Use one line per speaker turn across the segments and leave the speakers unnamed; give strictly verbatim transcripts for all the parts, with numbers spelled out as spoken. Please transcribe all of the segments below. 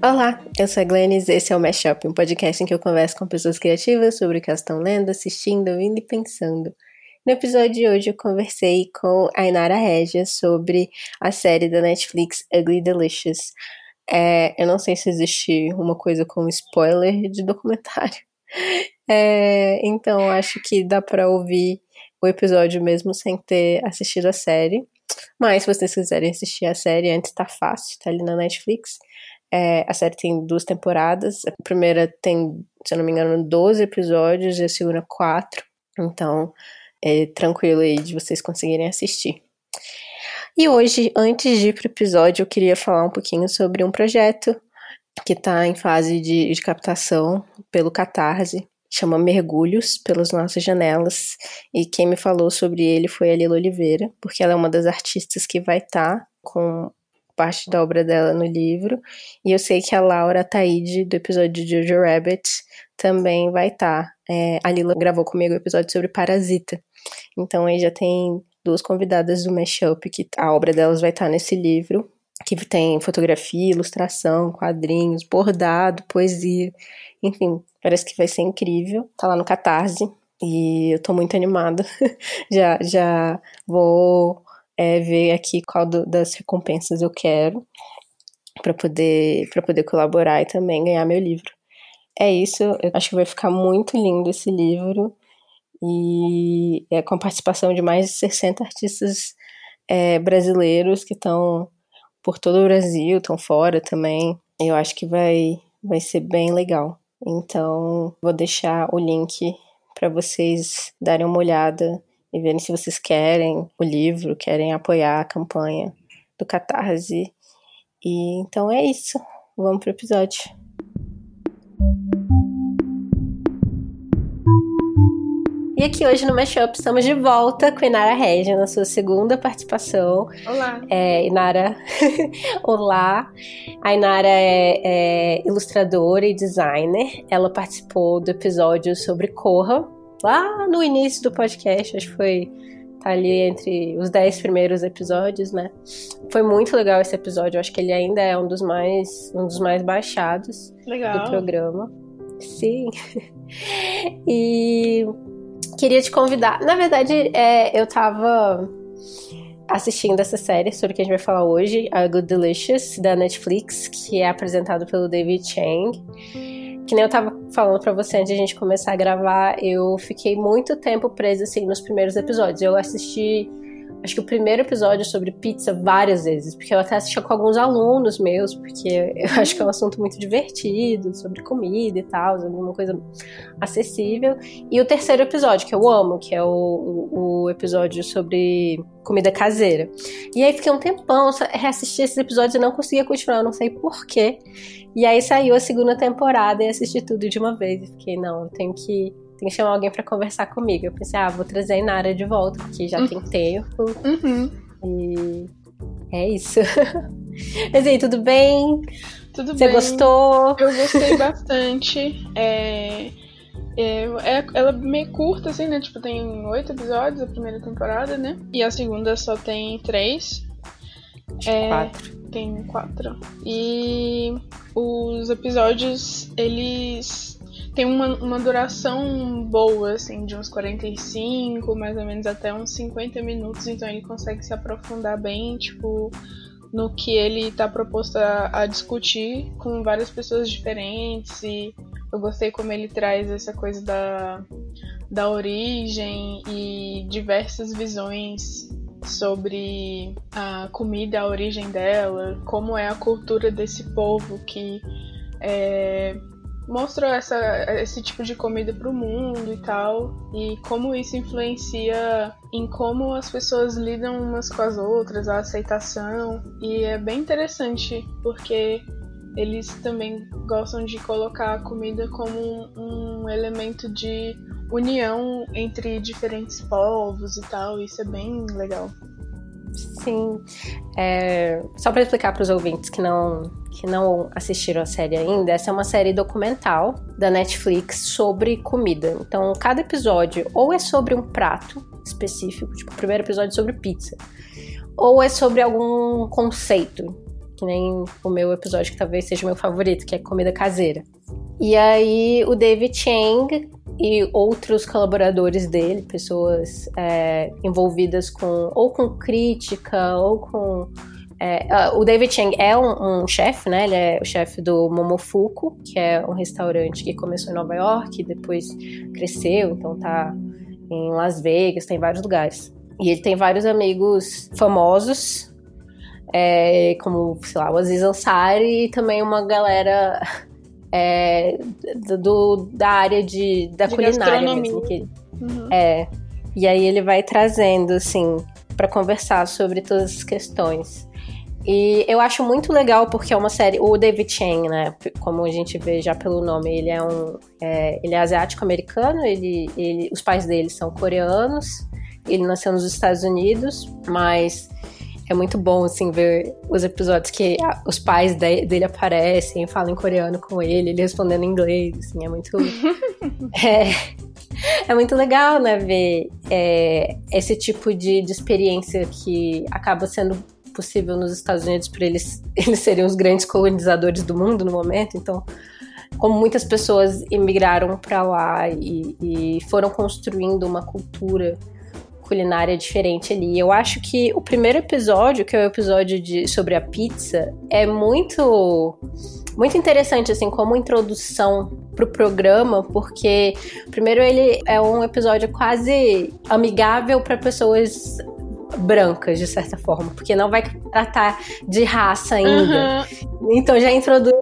Olá, eu sou a Glennis e esse é o Mashup, um podcast em que eu converso com pessoas criativas sobre o que elas estão lendo, assistindo, ouvindo e pensando. No episódio de hoje eu conversei com a Inara Regia sobre a série da Netflix Ugly Delicious. É, eu não sei se existe uma coisa como spoiler de documentário. É, então acho que dá pra ouvir o episódio mesmo sem ter assistido a série. Mas se vocês quiserem assistir a série antes, tá fácil, tá ali na Netflix. É, a série tem duas temporadas. A primeira tem, se eu não me engano, doze episódios e a segunda quatro. Então é tranquilo aí de vocês conseguirem assistir. E hoje, antes de ir pro episódio, eu queria falar um pouquinho sobre um projeto que tá em fase de, de captação pelo Catarse. Chama Mergulhos pelas Nossas Janelas. E quem me falou sobre ele foi a Lila Oliveira, porque ela é uma das artistas que vai estar tá com parte da obra dela no livro. E eu sei que a Laura Taide, do episódio de Jojo Rabbit, também vai estar. Tá. É, a Lila gravou comigo o episódio sobre Parasita. Então aí já tem duas convidadas do Mashup, que a obra delas vai estar tá nesse livro, que tem fotografia, ilustração, quadrinhos, bordado, poesia, enfim, parece que vai ser incrível. Tá lá no Catarse e eu tô muito animada. já, já vou é, ver aqui qual do, das recompensas eu quero pra poder, pra poder colaborar e também ganhar meu livro. É isso, eu acho que vai ficar muito lindo esse livro. E é com a participação de mais de sessenta artistas é, brasileiros que estão por todo o Brasil, estão fora também. Eu acho que vai, vai ser bem legal. Então, vou deixar o link para vocês darem uma olhada e verem se vocês querem o livro, querem apoiar a campanha do Catarse. E então é isso. Vamos pro episódio. E aqui hoje no Mashup estamos de volta com a Inara Regia na sua segunda participação.
Olá!
É, Inara, olá! A Inara é, é ilustradora e designer. Ela participou do episódio sobre Corra, lá no início do podcast, acho que foi tá ali entre os dez primeiros episódios, né? Foi muito legal esse episódio, acho que ele ainda é um dos mais, um dos mais baixados
legal.
do programa. Sim! E queria te convidar. Na verdade, é, eu tava assistindo essa série sobre o que a gente vai falar hoje, a Good Delicious, da Netflix, que é apresentado pelo David Chang. Que nem eu tava falando pra você antes de a gente começar a gravar, eu fiquei muito tempo presa, assim, nos primeiros episódios. Eu assisti, acho que o primeiro episódio sobre pizza várias vezes, porque eu até assistia com alguns alunos meus, porque eu acho que é um assunto muito divertido, sobre comida e tal, alguma coisa acessível. E o terceiro episódio, que eu amo, que é o, o, o episódio sobre comida caseira. E aí fiquei um tempão reassisti esses episódios e não conseguia continuar, não sei porquê. E aí saiu a segunda temporada e assisti tudo de uma vez. E fiquei, não, eu tenho que... tem que chamar alguém pra conversar comigo. Eu pensei, ah, vou trazer a Inara de volta, porque já uhum. tem tempo.
Uhum.
E é isso. Mas aí, tudo bem?
Tudo
Você
bem.
Você gostou?
Eu gostei bastante. É... É... é... Ela é meio curta, assim, né? Tipo, tem oito episódios a primeira temporada, né? E a segunda só tem três. É...
Quatro.
Tem quatro. E os episódios, eles... tem uma, uma duração boa, assim, de uns quarenta e cinco, mais ou menos até uns cinquenta minutos, então ele consegue se aprofundar bem, tipo, no que ele tá proposto a, a discutir com várias pessoas diferentes, e eu gostei como ele traz essa coisa da, da origem e diversas visões sobre a comida, a origem dela, como é a cultura desse povo que é... mostrou essa, esse tipo de comida pro mundo e tal, e como isso influencia em como as pessoas lidam umas com as outras, a aceitação, e é bem interessante, porque eles também gostam de colocar a comida como um, um elemento de união entre diferentes povos e tal, isso é bem legal.
Sim, é, só para explicar para os ouvintes que não, que não assistiram a série ainda, essa é uma série documental da Netflix sobre comida. Então, cada episódio ou é sobre um prato específico, tipo o primeiro episódio é sobre pizza, ou é sobre algum conceito que nem o meu episódio que talvez seja o meu favorito, que é comida caseira. E aí o David Chang e outros colaboradores dele, pessoas é, envolvidas com ou com crítica ou com... É, uh, o David Chang é um, um chefe, né? Ele é o chefe do Momofuku, que é um restaurante que começou em Nova York e depois cresceu, então tá em Las Vegas, tem vários lugares. E ele tem vários amigos famosos, é, como, sei lá, o Aziz Ansari, e também uma galera é, do, da área de, da de culinária mesmo. Que, uhum. é, e aí ele vai trazendo, assim, para conversar sobre todas as questões. E eu acho muito legal porque é uma série... O David Chang, né? Como a gente vê já pelo nome, ele é um... É, ele é asiático-americano, ele, ele, os pais dele são coreanos, ele nasceu nos Estados Unidos, mas é muito bom, assim, ver os episódios que a, os pais de, dele aparecem, falam em coreano com ele, ele respondendo em inglês, assim, é muito... é, é muito legal, né? Ver é, esse tipo de, de experiência que acaba sendo possível nos Estados Unidos para eles, eles serem os grandes colonizadores do mundo no momento. Então, como muitas pessoas imigraram para lá e, e foram construindo uma cultura culinária diferente ali. Eu acho que o primeiro episódio, que é o episódio de, sobre a pizza, é muito, muito interessante, assim, como introdução pro programa, porque primeiro ele é um episódio quase amigável para pessoas brancas, de certa forma, porque não vai tratar de raça ainda. Uhum. Então já introduz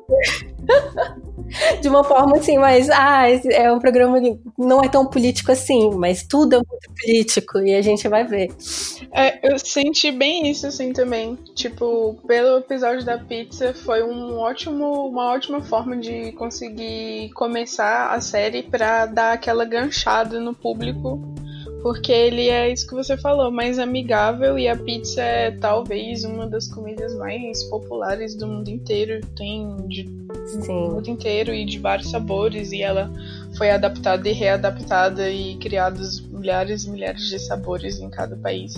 de uma forma assim, mas ah, é um programa que não é tão político assim, mas tudo é muito político e a gente vai ver.
É, eu senti bem isso assim também. Tipo, pelo episódio da pizza foi um ótimo, uma ótima forma de conseguir começar a série pra dar aquela ganchada no público. Porque ele é isso que você falou, mais amigável, e a pizza é talvez uma das comidas mais populares do mundo inteiro. Tem de do mundo inteiro e de vários sabores, e ela foi adaptada e readaptada e criados milhares e milhares de sabores em cada país.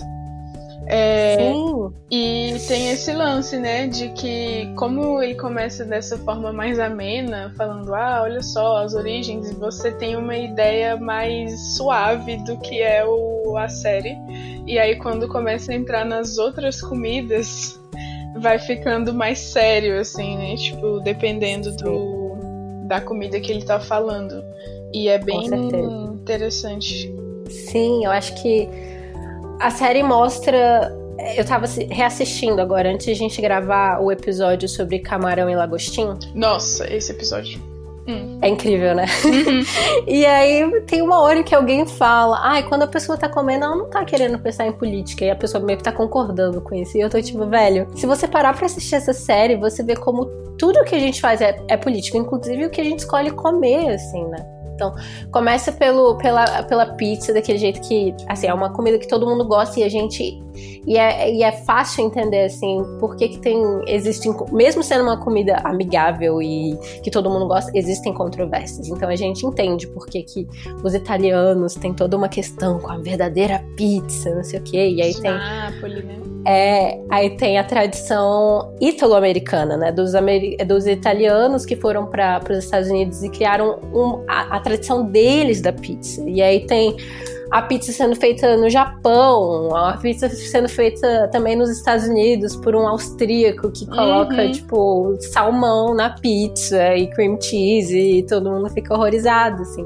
É, Sim. E tem esse lance, né, de que como ele começa dessa forma mais amena, falando, ah, olha só, as origens, e você tem uma ideia mais suave do que é o, a série, e aí quando começa a entrar nas outras comidas, vai ficando mais sério, assim, né, tipo, dependendo do, da comida que ele tá falando, e é bem interessante.
Sim, eu acho que a série mostra... Eu tava reassistindo agora, antes de a gente gravar o episódio sobre camarão e lagostim.
Nossa, esse episódio. Hum.
É incrível, né? Uhum. E aí tem uma hora que alguém fala, ai, ah, quando a pessoa tá comendo, ela não tá querendo pensar em política. E a pessoa meio que tá concordando com isso. E eu tô tipo, velho, se você parar pra assistir essa série, você vê como tudo que a gente faz é, é político. Inclusive o que a gente escolhe comer, assim, né? Então, começa pelo, pela, pela pizza, daquele jeito que, assim, é uma comida que todo mundo gosta e a gente... E é, e é fácil entender, assim, por que que tem... Existem, mesmo sendo uma comida amigável e que todo mundo gosta, existem controvérsias. Então, a gente entende por que que os italianos têm toda uma questão com a verdadeira pizza, não sei o quê. E aí tem...
Nápoles, né?
É, aí tem a tradição italo-americana, né, dos, amer... dos italianos que foram para os Estados Unidos e criaram um, a, a tradição deles da pizza. E aí tem a pizza sendo feita no Japão, a pizza sendo feita também nos Estados Unidos por um austríaco que coloca, uhum. tipo, salmão na pizza e cream cheese e todo mundo fica horrorizado, assim.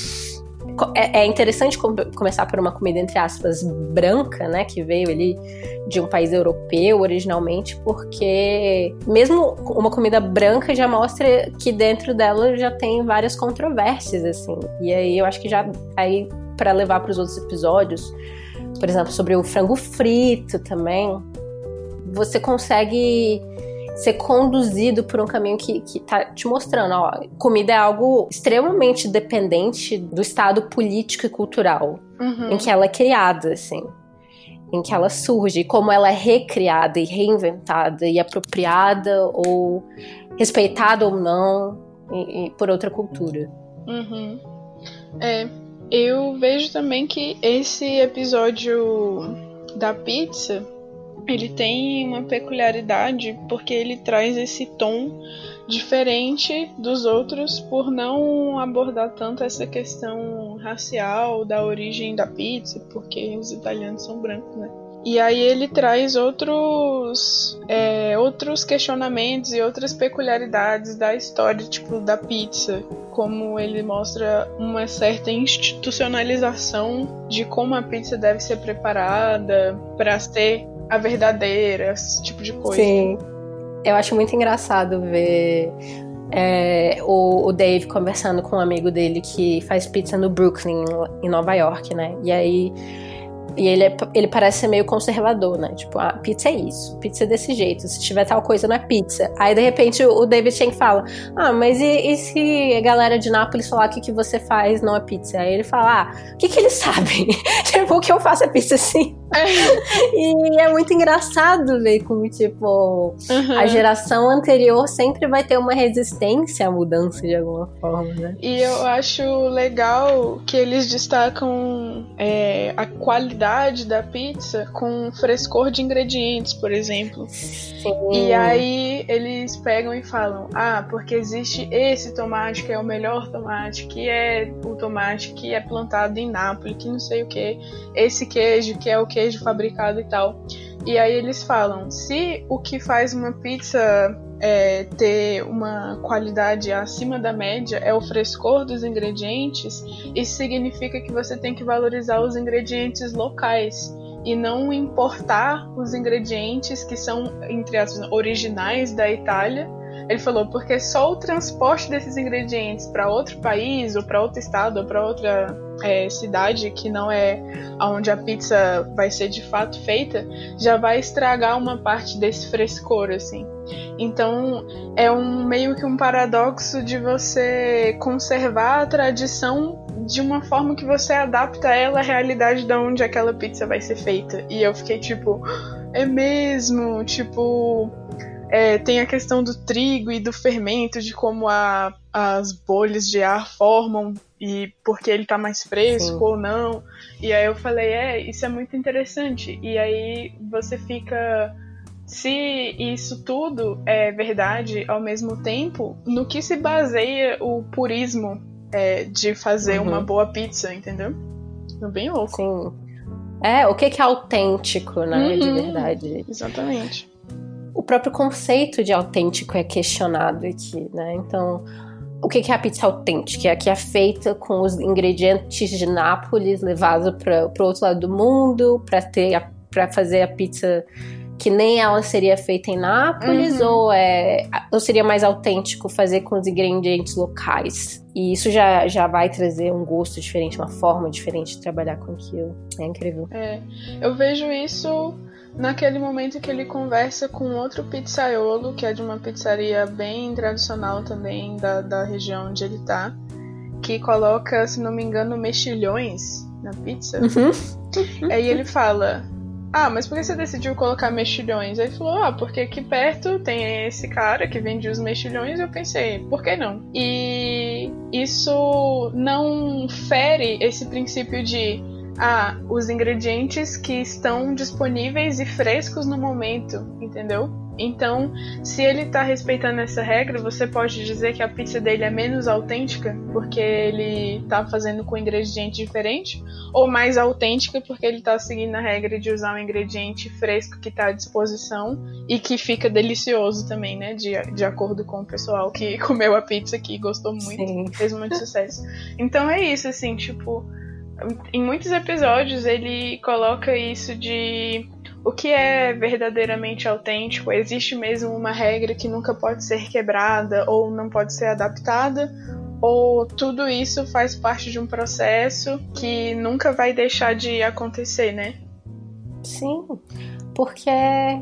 É interessante começar por uma comida, entre aspas, branca, né, que veio ali de um país europeu originalmente, porque mesmo uma comida branca já mostra que dentro dela já tem várias controvérsias, assim. E aí eu acho que já, aí para levar para os outros episódios, por exemplo, sobre o frango frito também, você consegue ser conduzido por um caminho que, que tá te mostrando, ó, comida é algo extremamente dependente do estado político e cultural uhum. em que ela é criada, assim, em que ela surge, como ela é recriada e reinventada e apropriada ou respeitada ou não e, e por outra cultura.
Uhum. É, eu vejo também que esse episódio da pizza ele tem uma peculiaridade porque ele traz esse tom diferente dos outros por não abordar tanto essa questão racial da origem da pizza, porque os italianos são brancos, né? E aí ele traz outros, é, outros questionamentos e outras peculiaridades da história, tipo, da pizza. Como ele mostra uma certa institucionalização de como a pizza deve ser preparada para ser a verdadeira, esse tipo de coisa.
Sim, eu acho muito engraçado ver é, o, o Dave conversando com um amigo dele que faz pizza no Brooklyn, em Nova York, né? E aí... E ele, é, ele parece ser meio conservador, né? Tipo, ah, pizza é isso, pizza é desse jeito. Se tiver tal coisa, não é pizza. Aí, de repente, o David Chang fala: ah, mas e, e se a galera de Nápoles falar que o que você faz não é pizza? Aí ele fala: ah, o que que eles sabem? Tipo, o que eu faço é pizza sim. E é muito engraçado ver como, tipo, uhum. a geração anterior sempre vai ter uma resistência à mudança de alguma forma, né?
E eu acho legal que eles destacam é, a qualidade da pizza com frescor de ingredientes, por exemplo.
Sim.
E aí eles pegam e falam: ah, porque existe esse tomate que é o melhor tomate, que é o tomate que é plantado em Nápoles, que não sei o que, esse queijo que é o queijo fabricado e tal. E aí eles falam: se o que faz uma pizza é, ter uma qualidade acima da média é o frescor dos ingredientes, isso significa que você tem que valorizar os ingredientes locais e não importar os ingredientes que são, entre aspas, originais da Itália. Ele falou, porque só o transporte desses ingredientes para outro país, ou para outro estado, ou para outra é, cidade, que não é onde a pizza vai ser de fato feita, já vai estragar uma parte desse frescor, assim. Então, é um meio que um paradoxo de você conservar a tradição de uma forma que você adapta ela à realidade de onde aquela pizza vai ser feita. E eu fiquei tipo, é mesmo? Tipo... É, tem a questão do trigo e do fermento, de como a, as bolhas de ar formam e porque ele tá mais fresco Sim. ou não. E aí eu falei, é, isso é muito interessante. E aí você fica... Se isso tudo é verdade ao mesmo tempo, no que se baseia o purismo é, de fazer uhum. uma boa pizza, entendeu? É bem louco.
Sim. É, o que que é autêntico, né, uhum. de verdade.
Exatamente.
O próprio conceito de autêntico é questionado aqui, né? Então, o que é a pizza autêntica? É a que é feita com os ingredientes de Nápoles levados para o outro lado do mundo para ter para fazer a pizza que nem ela seria feita em Nápoles, uhum. ou, é, ou seria mais autêntico fazer com os ingredientes locais? E isso já, já vai trazer um gosto diferente, uma forma diferente de trabalhar com aquilo. É incrível.
É, eu vejo isso naquele momento que ele conversa com outro pizzaiolo, que é de uma pizzaria bem tradicional também da, da região onde ele tá, que coloca, se não me engano, mexilhões na pizza. Uhum. Aí ele fala... Ah, mas por que você decidiu colocar mexilhões? Aí ele falou, ah, porque aqui perto tem esse cara que vende os mexilhões e eu pensei, por que não? E isso não fere esse princípio de, ah, os ingredientes que estão disponíveis e frescos no momento, entendeu? Então, se ele tá respeitando essa regra, você pode dizer que a pizza dele é menos autêntica porque ele tá fazendo com ingrediente diferente, ou mais autêntica porque ele tá seguindo a regra de usar um ingrediente fresco que tá à disposição e que fica delicioso também, né? De, de acordo com o pessoal que comeu a pizza aqui e gostou muito, Sim. fez muito sucesso. Então é isso, assim, tipo, em muitos episódios ele coloca isso de... O que é verdadeiramente autêntico? Existe mesmo uma regra que nunca pode ser quebrada ou não pode ser adaptada? Ou tudo isso faz parte de um processo que nunca vai deixar de acontecer, né?
Sim, porque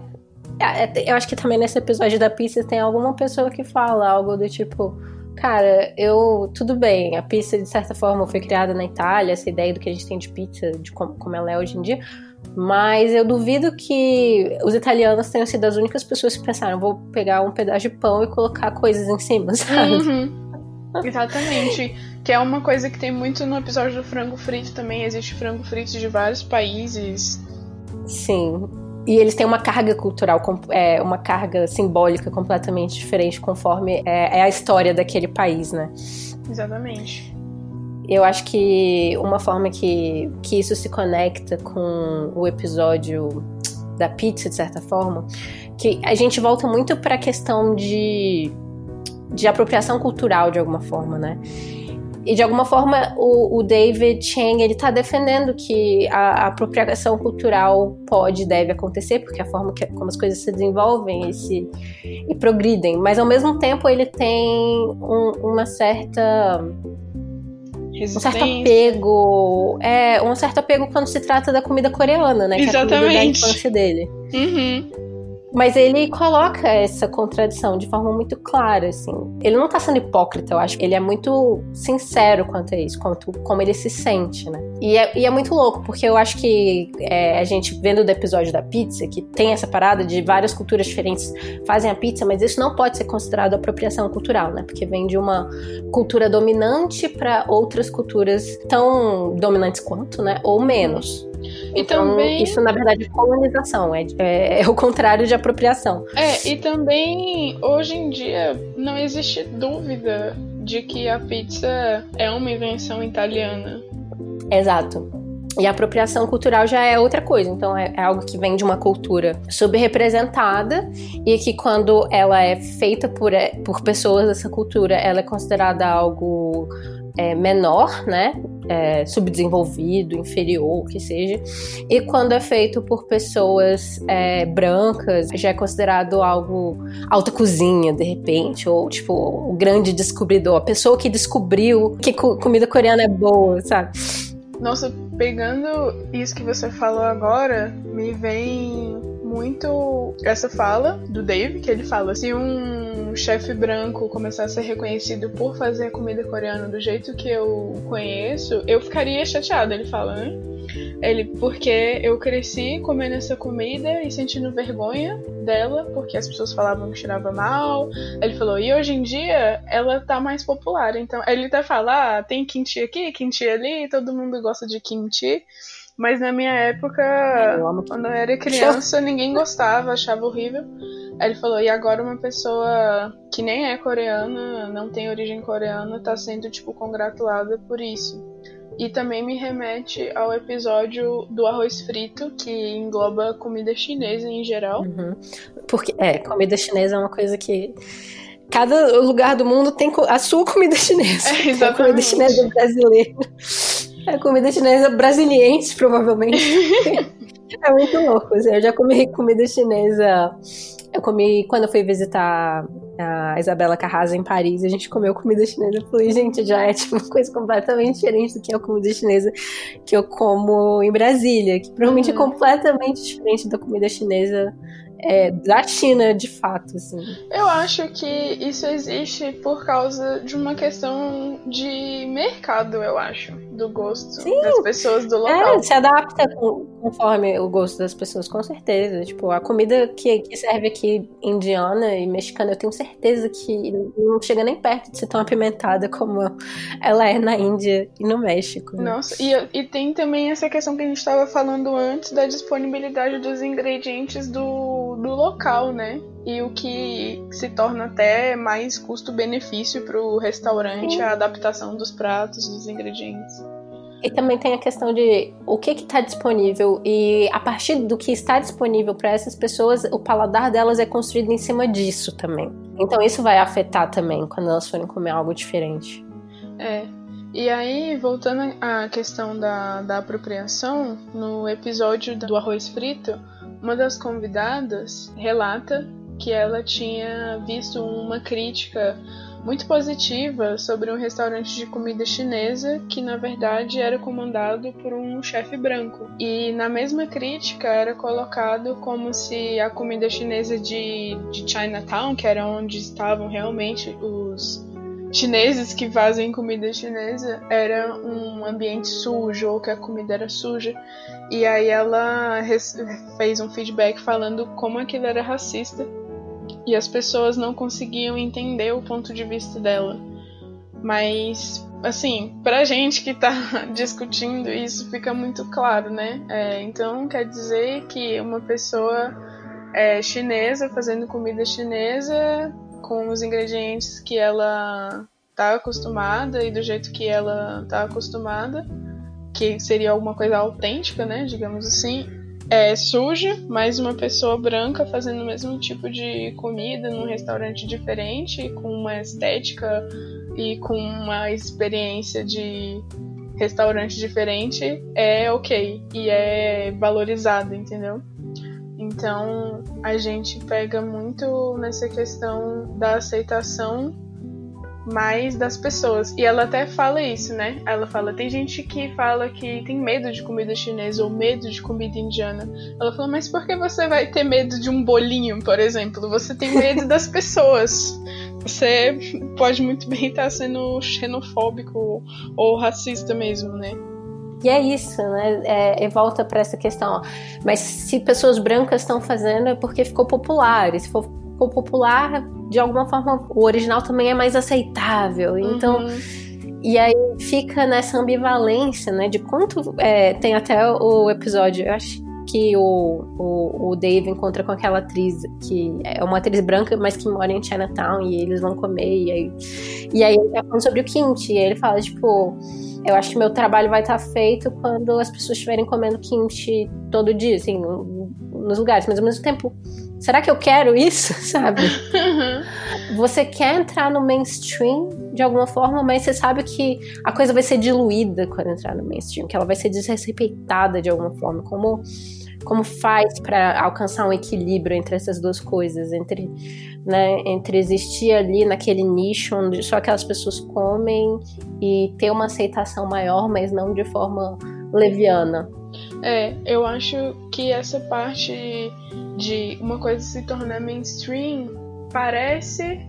eu acho que também nesse episódio da pizza tem alguma pessoa que fala algo do tipo... Cara, eu... Tudo bem, a pizza de certa forma foi criada na Itália, essa ideia do que a gente tem de pizza, de como, como ela é hoje em dia... Mas eu duvido que os italianos tenham sido as únicas pessoas que pensaram, vou pegar um pedaço de pão e colocar coisas em cima, sabe?
Uhum. Exatamente. Que é uma coisa que tem muito no episódio do frango frito também. Existe frango frito de vários países.
Sim. E eles têm uma carga cultural, é, uma carga simbólica completamente diferente conforme é, é a história daquele país, né?
Exatamente.
Eu acho que uma forma que, que isso se conecta com o episódio da pizza, de certa forma, que a gente volta muito para a questão de, de apropriação cultural, de alguma forma, né? E de alguma forma o, o David Chang, ele tá defendendo que a, a apropriação cultural pode e deve acontecer, porque é a forma que, como as coisas se desenvolvem e, se, e progridem, mas ao mesmo tempo ele tem um, uma certa... um certo apego, é, um certo apego quando se trata da comida coreana, né?
Exatamente.
Que é a comida da infância dele.
Uhum.
Mas ele coloca essa contradição de forma muito clara, assim. Ele não tá sendo hipócrita, eu acho. Ele é muito sincero quanto a isso, quanto como ele se sente, né? E é, e é muito louco, porque eu acho que é, a gente, vendo do episódio da pizza, que tem essa parada de várias culturas diferentes fazem a pizza, mas isso não pode ser considerado apropriação cultural, né? Porque vem de uma cultura dominante para outras culturas tão dominantes quanto, né? Ou menos.
E
então,
também...
isso na verdade é colonização, é, é, é o contrário de apropriação.
É, e também hoje em dia não existe dúvida de que a pizza é uma invenção italiana.
Exato. E a apropriação cultural já é outra coisa, então é, é algo que vem de uma cultura subrepresentada e que quando ela é feita por, por pessoas dessa cultura, ela é considerada algo é, menor, né? É, subdesenvolvido, inferior, o que seja. E quando é feito por pessoas é, brancas, já é considerado algo alta cozinha, de repente, ou tipo, o grande descobridor, a pessoa que descobriu que co- comida coreana é boa, sabe?
Nossa, pegando isso que você falou agora, me vem muito essa fala do Dave, que ele fala: se um chefe branco começar a ser reconhecido por fazer comida coreana do jeito que eu conheço, eu ficaria chateada, ele fala, né? Ele, porque eu cresci comendo essa comida e sentindo vergonha dela, porque as pessoas falavam que cheirava mal. Ele falou, e hoje em dia ela tá mais popular. Então, ele até fala, ah, tem kimchi aqui, kimchi ali, todo mundo gosta de kimchi. Mas na minha época, eu quando eu era criança, ninguém gostava, achava horrível. Aí ele falou, e agora uma pessoa que nem é coreana, não tem origem coreana, tá sendo, tipo, congratulada por isso. E também me remete ao episódio do arroz frito, que engloba comida chinesa em geral.
Uhum. Porque, é, comida chinesa é uma coisa que... cada lugar do mundo tem a sua comida chinesa.
É, exatamente.
É a comida chinesa brasileira. É a comida chinesa brasiliense, provavelmente. É muito louco. Assim, eu já comi comida chinesa... Eu comi quando eu fui visitar a Isabela Carrasa em Paris, a gente comeu comida chinesa. Eu falei, gente, já é tipo uma coisa completamente diferente do que a comida chinesa que eu como em Brasília, que provavelmente uhum. é completamente diferente da comida chinesa é, da China, de fato, assim.
Eu acho que isso existe por causa de uma questão de mercado, eu acho, do gosto Sim. das pessoas do local.
É, se adapta conforme o gosto das pessoas, com certeza. Tipo, a comida que, que serve aqui indiana e mexicana, eu tenho certeza que não chega nem perto de ser tão apimentada como ela é na Índia e no México. Né?
Nossa, e, e tem também essa questão que a gente estava falando antes da disponibilidade dos ingredientes do, do local, né? E o que se torna até mais custo-benefício para o restaurante, Sim. a adaptação dos pratos, dos ingredientes.
E também tem a questão de o que está disponível e a partir do que está disponível para essas pessoas, o paladar delas é construído em cima disso também. Então isso vai afetar também quando elas forem comer algo diferente.
É. E aí, voltando à questão da, da apropriação, no episódio do arroz frito, uma das convidadas relata que ela tinha visto uma crítica muito positiva sobre um restaurante de comida chinesa que, na verdade, era comandado por um chefe branco. E na mesma crítica era colocado como se a comida chinesa de, de Chinatown, que era onde estavam realmente os chineses que fazem comida chinesa, era um ambiente sujo ou que a comida era suja. E aí ela fez um feedback falando como aquilo era racista. E as pessoas não conseguiam entender o ponto de vista dela. Mas assim, pra gente que tá discutindo isso fica muito claro, né? É, então quer dizer que uma pessoa é, chinesa fazendo comida chinesa com os ingredientes que ela tá acostumada e do jeito que ela tá acostumada, que seria alguma coisa autêntica, né, digamos assim, é suja, mas uma pessoa branca fazendo o mesmo tipo de comida num restaurante diferente, com uma estética e com uma experiência de restaurante diferente, é ok e é valorizado, entendeu? Então a gente pega muito nessa questão da aceitação mais das pessoas. E ela até fala isso, né? Ela fala, tem gente que fala que tem medo de comida chinesa ou medo de comida indiana. Ela fala, mas por que você vai ter medo de um bolinho, por exemplo? Você tem medo das pessoas. Você pode muito bem estar sendo xenofóbico ou racista mesmo, né?
E é isso, né? É, e volta para essa questão. Ó. Mas se pessoas brancas estão fazendo é porque ficou popular. E se for, for popular, de alguma forma, o original também é mais aceitável. Então, uhum. E aí fica nessa ambivalência, né? De quanto... É, tem até o episódio, eu acho que o, o, o Dave encontra com aquela atriz, que é uma atriz branca, mas que mora em Chinatown, e eles vão comer, e aí, e aí ele tá falando sobre o kimchi, e aí ele fala, tipo... Eu acho que meu trabalho vai estar feito quando as pessoas estiverem comendo kimchi todo dia, assim, nos lugares. Mas ao mesmo tempo, será que eu quero isso, sabe? Você quer entrar no mainstream de alguma forma, mas você sabe que a coisa vai ser diluída quando entrar no mainstream, que ela vai ser desrespeitada de alguma forma. Como, como faz para alcançar um equilíbrio entre essas duas coisas, entre, né, entre existir ali naquele nicho onde só aquelas pessoas comem e ter uma aceitação maior, mas não de forma leviana.
É, eu acho que essa parte de uma coisa se tornar mainstream parece,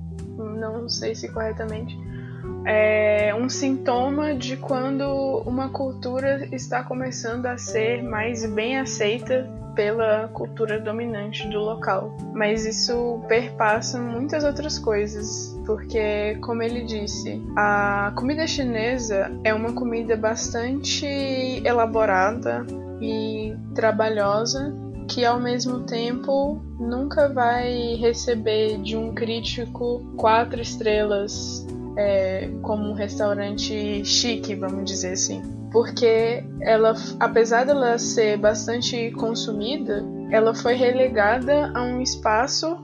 não sei se corretamente, é um sintoma de quando uma cultura está começando a ser mais bem aceita pela cultura dominante do local. Mas isso perpassa muitas outras coisas, porque, como ele disse, a comida chinesa é uma comida bastante elaborada e trabalhosa, que ao mesmo tempo nunca vai receber de um crítico quatro estrelas é, como um restaurante chique, vamos dizer assim. Porque ela, apesar dela ser bastante consumida, ela foi relegada a um espaço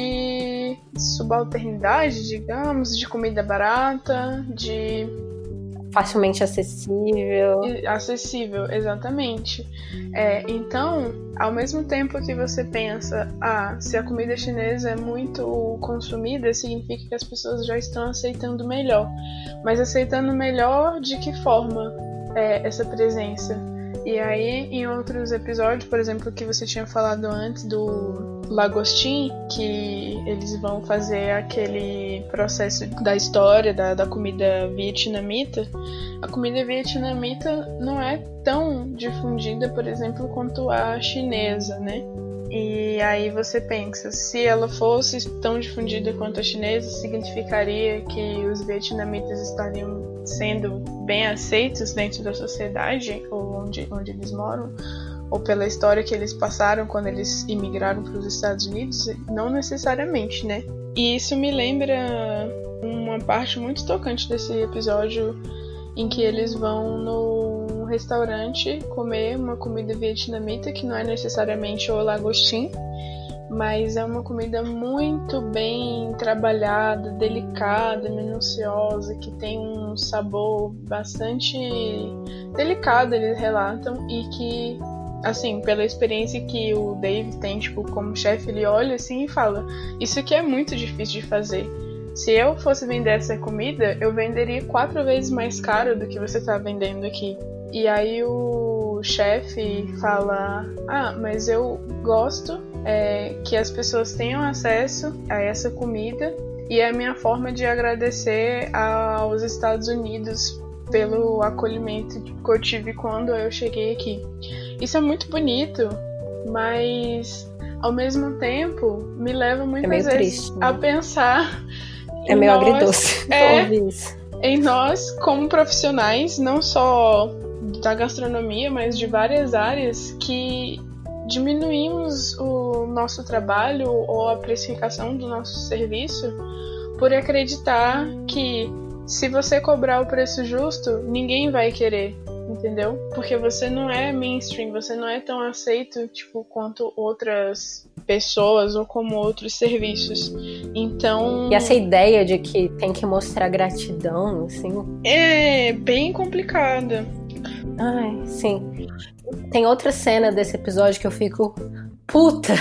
de subalternidade, digamos, de comida barata, de...
facilmente acessível.
Acessível, exatamente. É, então, ao mesmo tempo que você pensa, ah, se a comida chinesa é muito consumida, significa que as pessoas já estão aceitando melhor. Mas aceitando melhor de que forma é, essa presença? E aí, em outros episódios, por exemplo, que você tinha falado antes do Lagostin, que eles vão fazer aquele processo da história da, da comida vietnamita, a comida vietnamita não é tão difundida, por exemplo, quanto a chinesa, né? E aí você pensa, se ela fosse tão difundida quanto a chinesa, significaria que os vietnamitas estariam sendo bem aceitos dentro da sociedade, ou onde, onde eles moram, ou pela história que eles passaram quando eles imigraram para os Estados Unidos? Não necessariamente, né? E isso me lembra uma parte muito tocante desse episódio em que eles vão no restaurante comer uma comida vietnamita, que não é necessariamente o lagostin, mas é uma comida muito bem trabalhada, delicada, minuciosa, que tem um sabor bastante delicado, eles relatam, e que, assim, pela experiência que o Dave tem, tipo, como chefe, ele olha assim e fala, isso aqui é muito difícil de fazer. Se eu fosse vender essa comida, eu venderia quatro vezes mais caro do que você está vendendo aqui. E aí o chefe fala, ah, mas eu gosto é, que as pessoas tenham acesso a essa comida, e é a minha forma de agradecer aos Estados Unidos pelo acolhimento que eu tive quando eu cheguei aqui. Isso é muito bonito, mas ao mesmo tempo me leva muitas
é
vezes
triste,
a
né?
pensar...
É meio agridoce.
É,
ouvir isso.
em nós, como profissionais, não só da gastronomia, mas de várias áreas, que diminuímos o nosso trabalho ou a precificação do nosso serviço por acreditar que se você cobrar o preço justo, ninguém vai querer, entendeu? Porque você não é mainstream, você não é tão aceito, tipo, quanto outras pessoas ou como outros serviços. Então...
E essa ideia de que tem que mostrar gratidão, assim...
é bem complicada.
Ai, sim. Tem outra cena desse episódio que eu fico puta.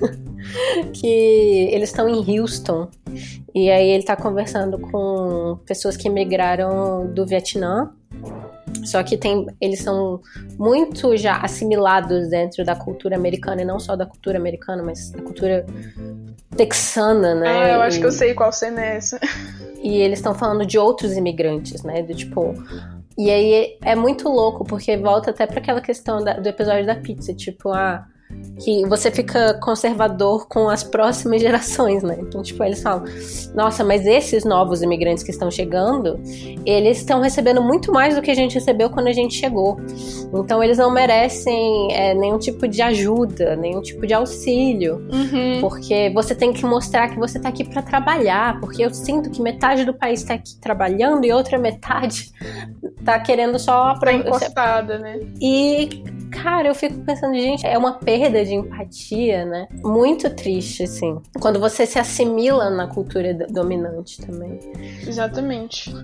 Que eles estão em Houston. E aí ele tá conversando com pessoas que migraram do Vietnã. Só que tem, eles são muito já assimilados dentro da cultura americana, e não só da cultura americana, mas da cultura texana, né?
Ah, eu acho
e,
que eu sei qual cena é essa.
E eles estão falando de outros imigrantes, né? Do tipo... E aí é muito louco, porque volta até para aquela questão da, do episódio da pizza, tipo, ah, que você fica conservador com as próximas gerações, né? Então, tipo, eles falam, nossa, mas esses novos imigrantes que estão chegando, eles estão recebendo muito mais do que a gente recebeu quando a gente chegou. Então, eles não merecem é, nenhum tipo de ajuda, nenhum tipo de auxílio,
uhum.
Porque você tem que mostrar que você tá aqui para trabalhar, porque eu sinto que metade do país tá aqui trabalhando e outra metade tá querendo só...
Tá encostada, né?
E... cara, eu fico pensando, gente, é uma perda de empatia, né? Muito triste, assim. Quando você se assimila na cultura dominante também.
Exatamente.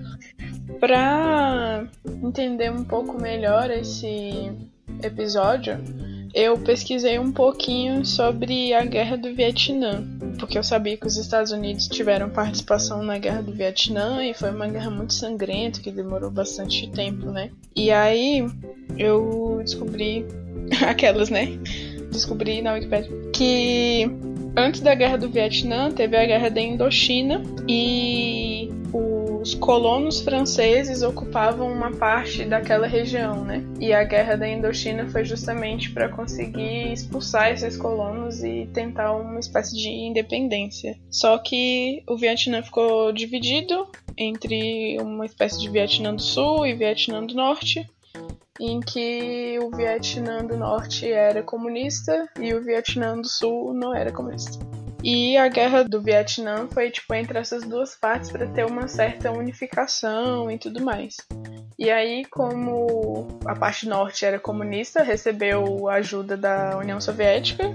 Pra entender um pouco melhor esse episódio, eu pesquisei um pouquinho sobre a Guerra do Vietnã, porque eu sabia que os Estados Unidos tiveram participação na Guerra do Vietnã e foi uma guerra muito sangrenta, que demorou bastante tempo, né? E aí eu descobri aquelas, né? Descobri na Wikipedia que antes da Guerra do Vietnã teve a Guerra da Indochina e os colonos franceses ocupavam uma parte daquela região, né? E a Guerra da Indochina foi justamente para conseguir expulsar esses colonos e tentar uma espécie de independência. Só que o Vietnã ficou dividido entre uma espécie de Vietnã do Sul e Vietnã do Norte, em que o Vietnã do Norte era comunista e o Vietnã do Sul não era comunista. E a Guerra do Vietnã foi tipo entre essas duas partes para ter uma certa unificação e tudo mais. E aí, como a parte norte era comunista, recebeu ajuda da União Soviética,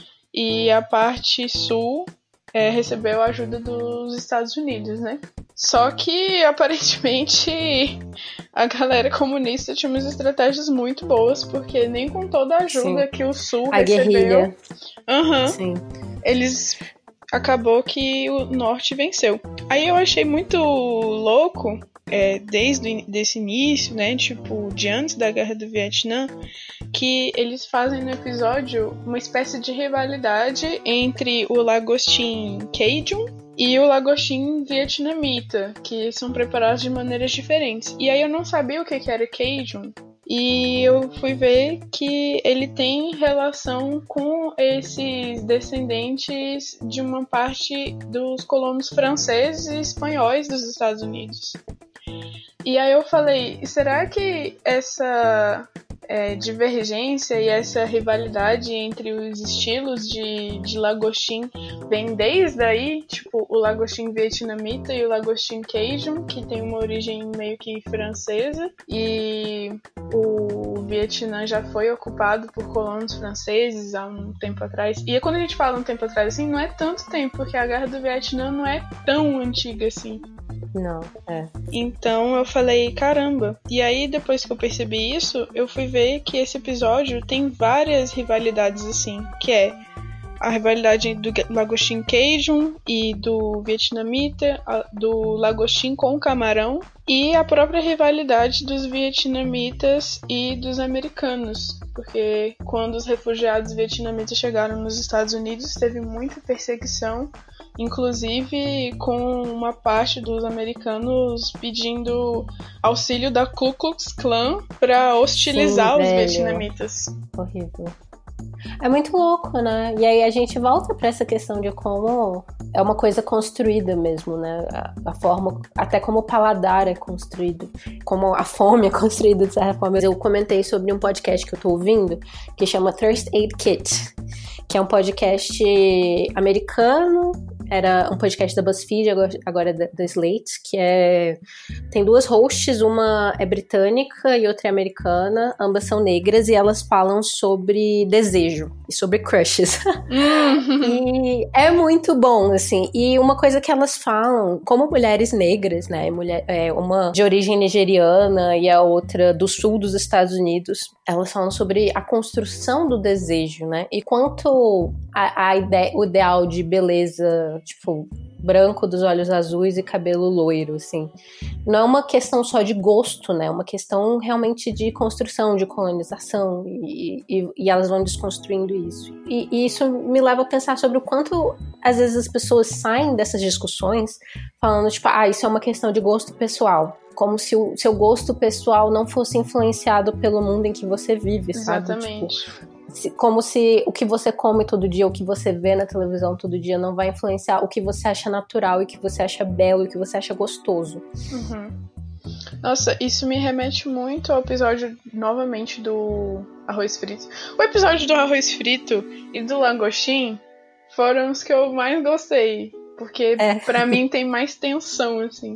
e a parte sul é, recebeu a ajuda dos Estados Unidos, né? Só que, aparentemente, a galera comunista tinha umas estratégias muito boas, porque nem com toda a ajuda Sim. que o Sul
a
recebeu...
guerrilha.
Uhum,
Sim.
Eles... Acabou que o Norte venceu. Aí eu achei muito louco, é, desde esse início, né? Tipo, de antes da Guerra do Vietnã, que eles fazem no episódio uma espécie de rivalidade entre o lagostim Cajun e o lagostim vietnamita, que são preparados de maneiras diferentes. E aí eu não sabia o que era Cajun. E eu fui ver que ele tem relação com esses descendentes de uma parte dos colonos franceses e espanhóis dos Estados Unidos. E aí eu falei, será que essa é, divergência e essa rivalidade entre os estilos de, de lagostim vem desde aí? Tipo, o lagostim vietnamita e o lagostim Cajun, que tem uma origem meio que francesa, e o Vietnã já foi ocupado por colonos franceses há um tempo atrás. E quando a gente fala um tempo atrás, assim, não é tanto tempo, porque a Guerra do Vietnã não é tão antiga assim.
Não, é.
Então eu falei, caramba. E aí, depois que eu percebi isso, eu fui ver que esse episódio tem várias rivalidades assim, que é a rivalidade do lagostim Cajun e do vietnamita, do lagostim com camarão, e a própria rivalidade dos vietnamitas e dos americanos, porque quando os refugiados vietnamitas chegaram nos Estados Unidos, teve muita perseguição, inclusive com uma parte dos americanos pedindo auxílio da Ku Klux Klan para hostilizar Sim, os
velho.
vietnamitas.
Horrível. É muito louco, né? E aí a gente volta para essa questão de como é uma coisa construída mesmo, né? A, a forma, até como o paladar é construído, como a fome é construída de certa forma. Eu comentei sobre um podcast que eu tô ouvindo, que chama Thirst Aid Kit, que é um podcast americano. Era um podcast da BuzzFeed, agora é da, da Slate, que é... Tem duas hosts, uma é britânica e outra é americana, ambas são negras, e elas falam sobre desejo e sobre crushes. E é muito bom, assim. E uma coisa que elas falam, como mulheres negras, né, mulher, é, uma de origem nigeriana e a outra do sul dos Estados Unidos, elas falam sobre a construção do desejo, né, e quanto a, a ideia, o ideal de beleza, tipo, branco, dos olhos azuis e cabelo loiro, assim. Não é uma questão só de gosto, né? É uma questão realmente de construção, de colonização, e, e, e elas vão desconstruindo isso. E, e isso me leva a pensar sobre o quanto, às vezes, as pessoas saem dessas discussões falando, tipo, ah, isso é uma questão de gosto pessoal. Como se o seu gosto pessoal não fosse influenciado pelo mundo em que você vive, sabe?
Exatamente.
Tipo, como se o que você come todo dia, o que você vê na televisão todo dia não vai influenciar o que você acha natural e o que você acha belo e o que você acha gostoso.
Uhum. Nossa, isso me remete muito ao episódio, novamente, do arroz frito. O episódio do arroz frito e do langostim foram os que eu mais gostei, porque é. Pra mim tem mais tensão, assim.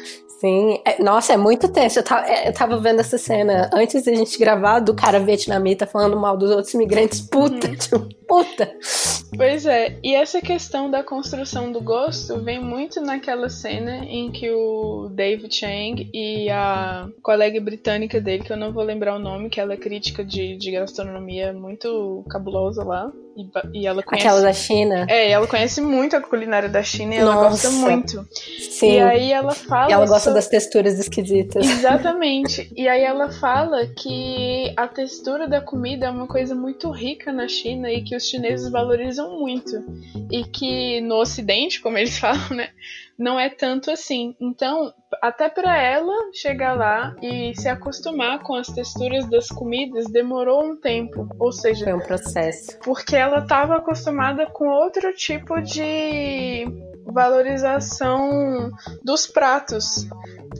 Sim, é, nossa, é muito tenso. Eu tava, eu tava vendo essa cena antes da gente gravar, do cara vietnamita falando mal dos outros imigrantes. Puta, uhum. Tipo, puta.
Pois é, e essa questão da construção do gosto vem muito naquela cena em que o David Chang e a colega britânica dele, que eu não vou lembrar o nome, que ela é crítica de, de gastronomia muito cabulosa lá. E, e ela conhece...
Aquela da China?
É, ela conhece muito a culinária da China e ela Nossa. Gosta muito.
Sim.
E aí ela fala...
E ela gosta
sobre...
das texturas esquisitas.
Exatamente. E aí ela fala que a textura da comida é uma coisa muito rica na China e que os chineses valorizam muito. E que no Ocidente, como eles falam, né, não é tanto assim. Então, até pra ela chegar lá e se acostumar com as texturas das comidas demorou um tempo. Ou seja...
Foi um processo.
Porque ela estava acostumada com outro tipo de valorização dos pratos,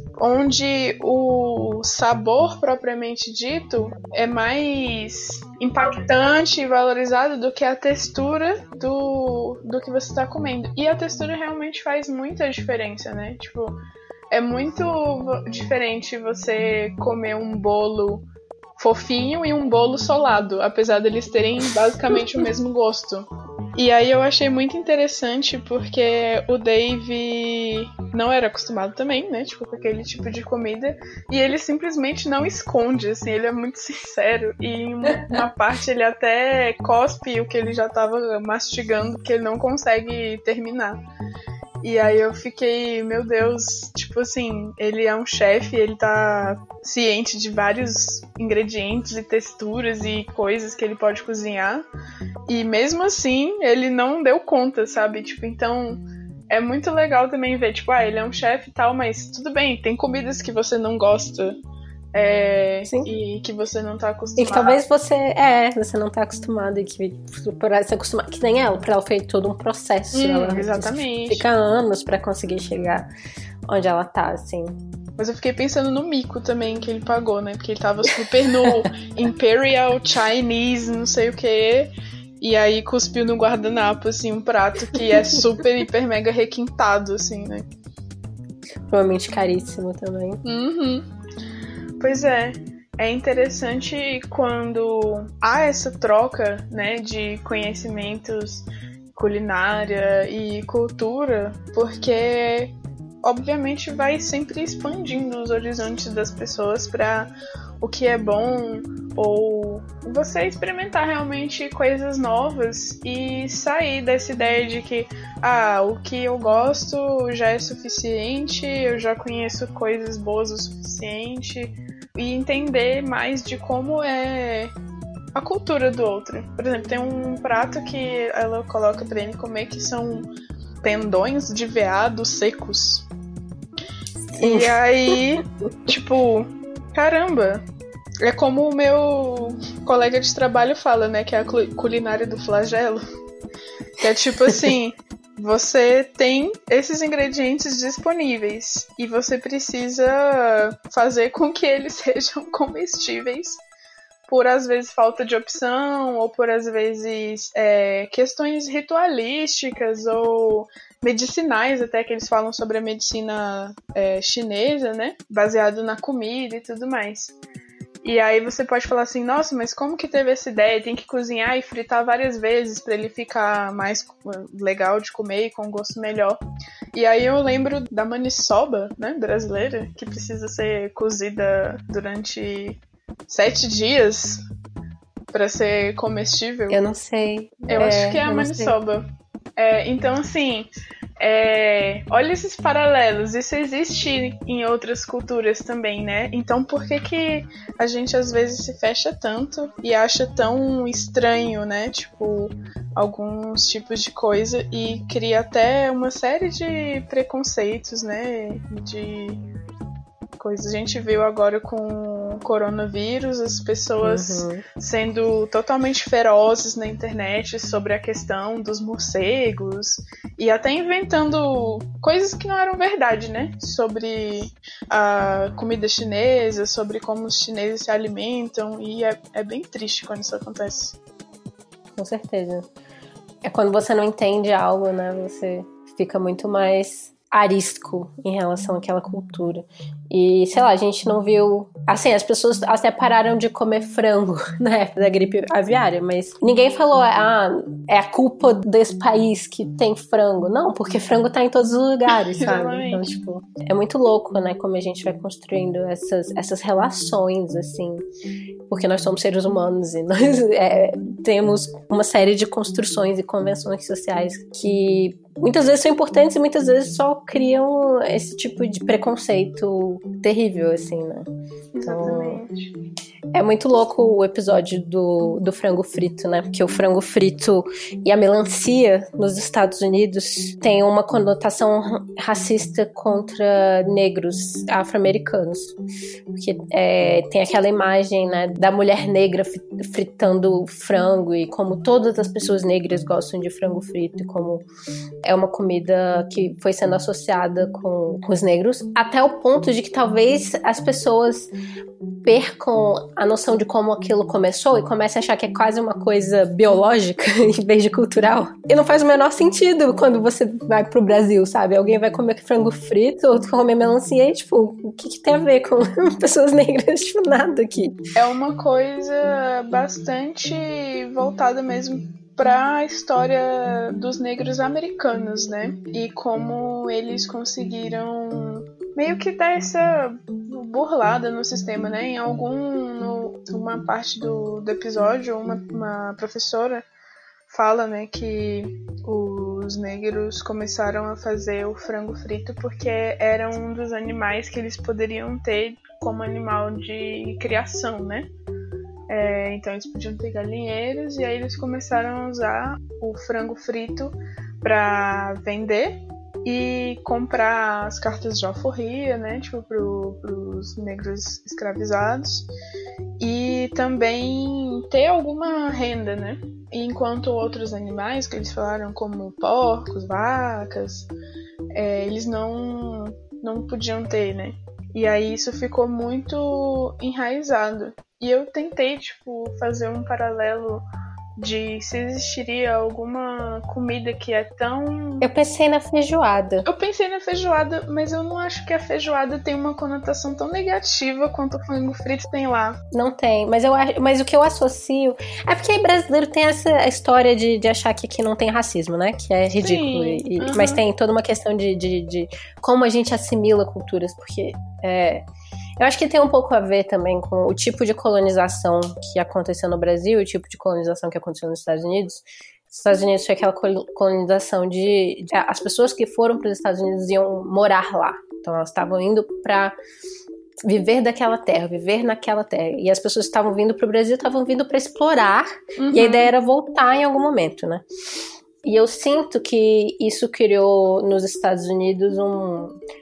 onde o sabor propriamente dito é mais impactante e valorizado do que a textura do, do que você está comendo. E a textura realmente faz muita diferença, né? Tipo, é muito diferente você comer um bolo fofinho e um bolo solado, apesar deles terem basicamente o mesmo gosto. E aí eu achei muito interessante porque o Dave não era acostumado também, né, tipo, com aquele tipo de comida, e ele simplesmente não esconde, assim, ele é muito sincero, e em uma parte ele até cospe o que ele já tava mastigando, que ele não consegue terminar. E aí eu fiquei, meu Deus, tipo assim, ele é um chefe, ele tá ciente de vários ingredientes e texturas e coisas que ele pode cozinhar. E mesmo assim, ele não deu conta, sabe? Tipo, então é muito legal também ver, tipo, ah, ele é um chefe e tal, mas tudo bem, tem comidas que você não gosta. É, e que você não tá acostumado.
E que talvez você, é, você não tá acostumado e que por se acostumar, que nem ela, pra ela foi todo um processo.
Hum,
ela
exatamente.
Fica anos pra conseguir chegar onde ela tá, assim.
Mas eu fiquei pensando no mico também que ele pagou, né? Porque ele tava super no Imperial Chinese, não sei o que. E aí cuspiu no guardanapo, assim, um prato que é super, hiper, mega requintado, assim, né?
Provavelmente caríssimo também.
Uhum. Pois é, é interessante quando há essa troca, né, de conhecimentos, culinária e cultura, porque obviamente vai sempre expandindo os horizontes das pessoas para o que é bom, ou você experimentar realmente coisas novas e sair dessa ideia de que ah, o que eu gosto já é suficiente, eu já conheço coisas boas o suficiente, e entender mais de como é a cultura do outro. Por exemplo, tem um prato que ela coloca pra ele comer que são tendões de veado secos. E aí, tipo, caramba, É como o meu colega de trabalho fala, né? Que é a culinária do flagelo. Que é tipo assim, você tem esses ingredientes disponíveis e você precisa fazer com que eles sejam comestíveis por, às vezes, falta de opção ou por, às vezes, é, questões ritualísticas ou medicinais, até que eles falam sobre a medicina é, chinesa, né? Baseado na comida e tudo mais. E aí você pode falar assim, nossa, mas como que teve essa ideia? Tem que cozinhar e fritar várias vezes para ele ficar mais legal de comer e com um gosto melhor. E aí eu lembro da maniçoba, né, brasileira, que precisa ser cozida durante sete dias para ser comestível.
Eu não sei.
Eu
é,
acho que é a maniçoba. É, então, assim, é, olha esses paralelos. Isso existe em outras culturas também, né? Então, por que que a gente às vezes se fecha tanto e acha tão estranho, né? Tipo, alguns tipos de coisa e cria até uma série de preconceitos, né? De coisas. A gente viu agora com o coronavírus, as pessoas uhum. sendo totalmente ferozes na internet sobre a questão dos morcegos e até inventando coisas que não eram verdade, né? Sobre a comida chinesa, sobre como os chineses se alimentam, e é, é bem triste quando isso acontece.
Com certeza. É quando você não entende algo, né? Você fica muito mais arisco em relação àquela cultura. E, sei lá, a gente não viu... Assim, as pessoas até pararam de comer frango na época da gripe aviária, mas ninguém falou, ah, é a culpa desse país que tem frango. Não, porque frango tá em todos os lugares, sabe? Então, tipo, é muito louco, né, como a gente vai construindo essas, essas relações, assim, porque nós somos seres humanos e nós é, temos uma série de construções e convenções sociais que muitas vezes são importantes e muitas vezes só criam esse tipo de preconceito terrível, assim, né? Então,
exatamente.
É muito louco o episódio do, do frango frito, né? Porque o frango frito e a melancia nos Estados Unidos tem uma conotação racista contra negros afro-americanos. Porque é, tem aquela imagem, né, da mulher negra fritando frango e como todas as pessoas negras gostam de frango frito e como é uma comida que foi sendo associada com, com os negros, até o ponto de que talvez as pessoas percam a noção de como aquilo começou e comecem a achar que é quase uma coisa biológica em vez de cultural. E não faz o menor sentido quando você vai pro Brasil, sabe? Alguém vai comer frango frito ou comer melancia e, tipo, o que, que tem a ver com pessoas negras? Tipo, nada aqui.
É uma coisa bastante voltada mesmo para a história dos negros americanos, né? E como eles conseguiram meio que dar essa burlada no sistema, né? Em algum, no, uma parte do, do episódio, uma, uma professora fala, né, que os negros começaram a fazer o frango frito porque era um dos animais que eles poderiam ter como animal de criação, né? É, então eles podiam ter galinheiros e aí eles começaram a usar o frango frito para vender e comprar as cartas de alforria, né, tipo pro, pros negros escravizados e também ter alguma renda, né, enquanto outros animais que eles falaram como porcos, vacas, é, eles não, não podiam ter, né, e aí isso ficou muito enraizado. E eu tentei, tipo, fazer um paralelo de se existiria alguma comida que é tão...
Eu pensei na feijoada.
Eu pensei na feijoada, mas eu não acho que a feijoada tem uma conotação tão negativa quanto o frango frito tem lá.
Não tem, mas, eu, mas o que eu associo... É porque aí brasileiro tem essa história de, de achar que aqui não tem racismo, né? Que é ridículo.
Sim,
e,
uhum.
Mas tem toda uma questão de, de, de como a gente assimila culturas, porque... É, eu acho que tem um pouco a ver também com o tipo de colonização que aconteceu no Brasil e o tipo de colonização que aconteceu nos Estados Unidos. Os Estados Unidos foi aquela colonização de, de... As pessoas que foram para os Estados Unidos iam morar lá. Então elas estavam indo para viver daquela terra, viver naquela terra. E as pessoas que estavam vindo para o Brasil estavam vindo para explorar. Uhum. E a ideia era voltar em algum momento, né? E eu sinto que isso criou nos Estados Unidos um...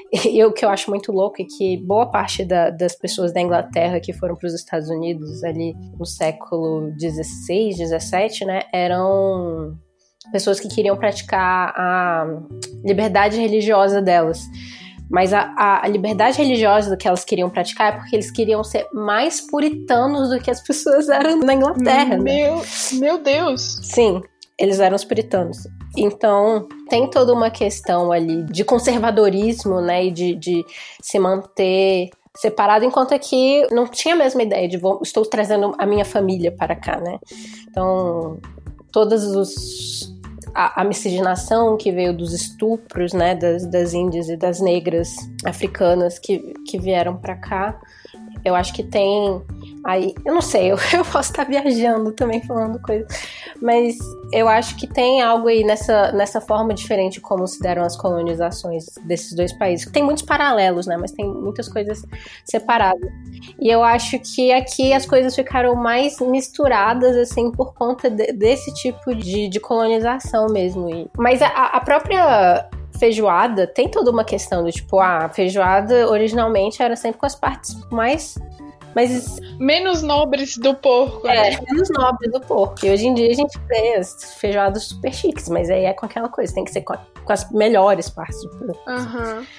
E o que eu acho muito louco é que boa parte da, das pessoas da Inglaterra que foram para os Estados Unidos ali no século dezesseis, dezessete, né, eram pessoas que queriam praticar a liberdade religiosa delas. Mas a, a, a liberdade religiosa que elas queriam praticar é porque eles queriam ser mais puritanos do que as pessoas eram na Inglaterra.
Meu,
né?
meu Deus!
Sim, eles eram os puritanos. Então, tem toda uma questão ali de conservadorismo, né, e de, de se manter separado, enquanto aqui não tinha a mesma ideia de vou, estou trazendo a minha família para cá, né. Então, todos os... A, a miscigenação que veio dos estupros, né, das, das índias e das negras africanas que, que vieram para cá, eu acho que tem aí, eu não sei, eu, eu posso estar viajando também falando coisas, mas eu acho que tem algo aí nessa, nessa forma diferente como se deram as colonizações desses dois países. Tem muitos paralelos, né, mas tem muitas coisas separadas. E eu acho que aqui as coisas ficaram mais misturadas, assim, por conta de, desse tipo de, de colonização mesmo. E, mas a, a própria feijoada tem toda uma questão do tipo, ah, a feijoada originalmente era sempre com as partes mais... Mas,
menos nobres do porco,
é,
né?
menos nobres do porco. E hoje em dia a gente vê as feijoadas super chiques, mas aí é com aquela coisa, tem que ser com, a, com as melhores partes do porco.
Aham. Uhum.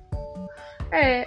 É,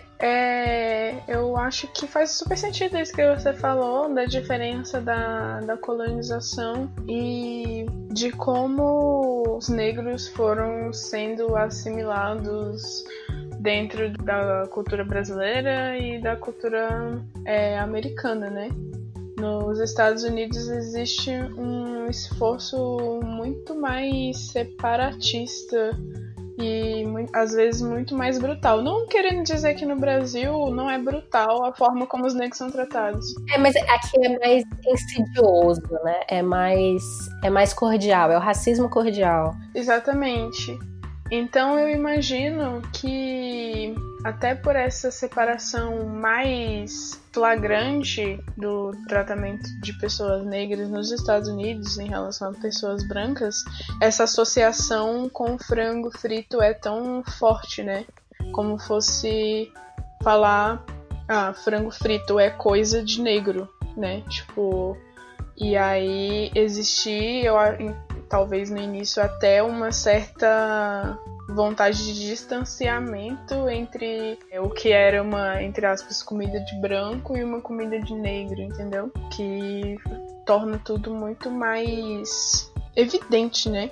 é, eu acho que faz super sentido isso que você falou, da diferença da, da colonização e de como os negros foram sendo assimilados dentro da cultura brasileira e da cultura é, americana, né? Nos Estados Unidos existe um esforço muito mais separatista e às vezes muito mais brutal. Não querendo dizer que no Brasil não é brutal a forma como os negros são tratados.
É, mas aqui é mais insidioso, né? É mais, é mais cordial, é o racismo cordial.
Exatamente. Então eu imagino que até por essa separação mais flagrante do tratamento de pessoas negras nos Estados Unidos em relação a pessoas brancas, essa associação com o frango frito é tão forte, né? Como fosse falar, ah, frango frito é coisa de negro, né? Tipo, e aí existir, eu talvez no início até uma certa vontade de distanciamento entre o que era uma, entre aspas, comida de branco e uma comida de negro, entendeu? Que torna tudo muito mais evidente, né?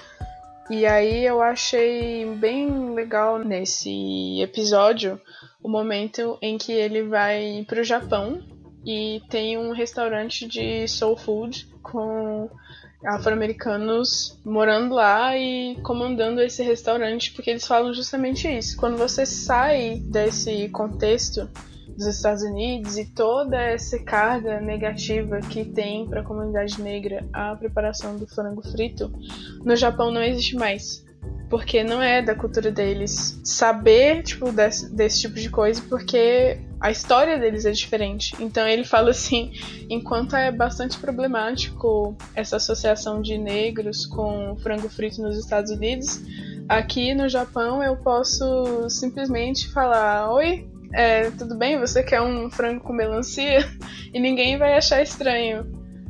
E aí eu achei bem legal nesse episódio o momento em que ele vai pro Japão e tem um restaurante de soul food com afro-americanos morando lá e comandando esse restaurante, porque eles falam justamente isso. Quando você sai desse contexto dos Estados Unidos e toda essa carga negativa que tem para a comunidade negra a preparação do frango frito, no Japão não existe mais. Porque não é da cultura deles saber, tipo, desse, desse tipo de coisa, porque a história deles é diferente. Então ele fala assim, enquanto é bastante problemático essa associação de negros com frango frito nos Estados Unidos, aqui no Japão eu posso simplesmente falar, oi, é, tudo bem, você quer um frango com melancia? E ninguém vai achar estranho.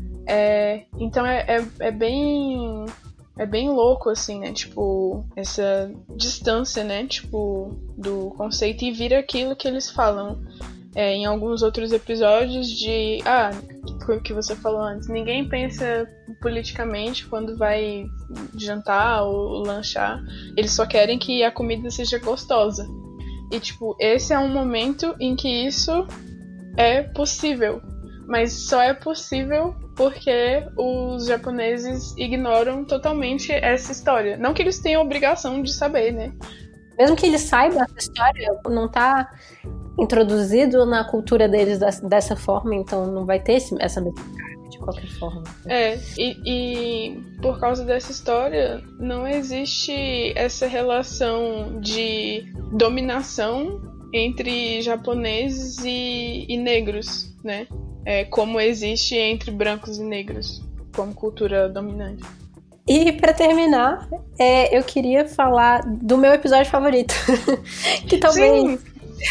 É, então é, é, é bem... É bem louco, assim, né? Tipo, essa distância, né? Tipo, do conceito e vira aquilo que eles falam é, em alguns outros episódios de... Ah, o que você falou antes. Ninguém pensa politicamente quando vai jantar ou lanchar. Eles só querem que a comida seja gostosa. E, tipo, esse é um momento em que isso é possível. Mas só é possível porque os japoneses ignoram totalmente essa história. Não que eles tenham obrigação de saber, né?
Mesmo que eles saibam essa história, não tá introduzido na cultura deles dessa forma, então não vai ter esse, essa mesma carga de qualquer forma.
É, e, e por causa dessa história, não existe essa relação de dominação entre japoneses e, e negros, né? É, como existe entre brancos e negros, como cultura dominante.
E pra terminar, é, eu queria falar do meu episódio favorito, que talvez...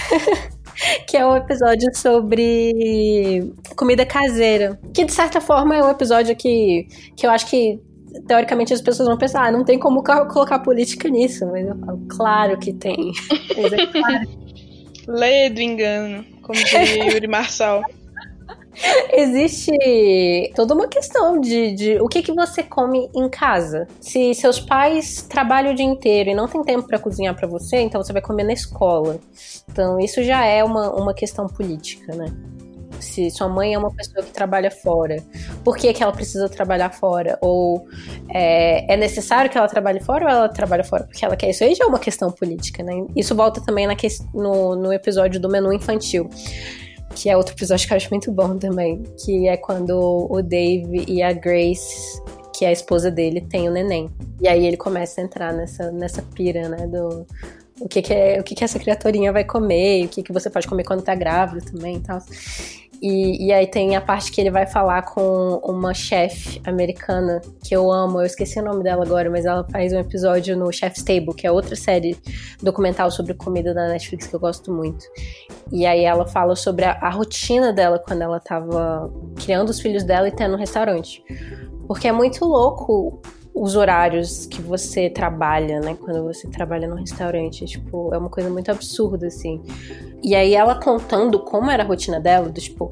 que é um episódio sobre comida caseira, que de certa forma é um episódio que, que eu acho que teoricamente as pessoas vão pensar, ah, não tem como colocar política nisso, mas eu falo, claro que tem. Mas é claro.
Lei do engano, como diria Yuri Marçal.
Existe toda uma questão de, de o que, que você come em casa. Se seus pais trabalham o dia inteiro e não tem tempo para cozinhar para você, então você vai comer na escola. Então isso já é uma, uma questão política, né? Se sua mãe é uma pessoa que trabalha fora, por que, que ela precisa trabalhar fora? Ou é, é necessário que ela trabalhe fora ou ela trabalha fora porque ela quer? Isso aí já é uma questão política, né? Isso volta também na que, no, no episódio do menu infantil, que é outro episódio que eu acho muito bom também, que é quando o Dave e a Grace, que é a esposa dele, tem o neném. E aí ele começa a entrar nessa, nessa pira, né, do o que que, é, o que que essa criaturinha vai comer, o que que você pode comer quando tá grávida também e tal. E, e aí tem a parte que ele vai falar com uma chefe americana, que eu amo, eu esqueci o nome dela agora, mas ela faz um episódio no Chef's Table, que é outra série documental sobre comida da Netflix que eu gosto muito. E aí ela fala sobre a, a rotina dela quando ela tava criando os filhos dela e tendo um restaurante. Porque é muito louco os horários que você trabalha, né? Quando você trabalha num restaurante. Tipo, é uma coisa muito absurda, assim. E aí ela contando como era a rotina dela, do tipo...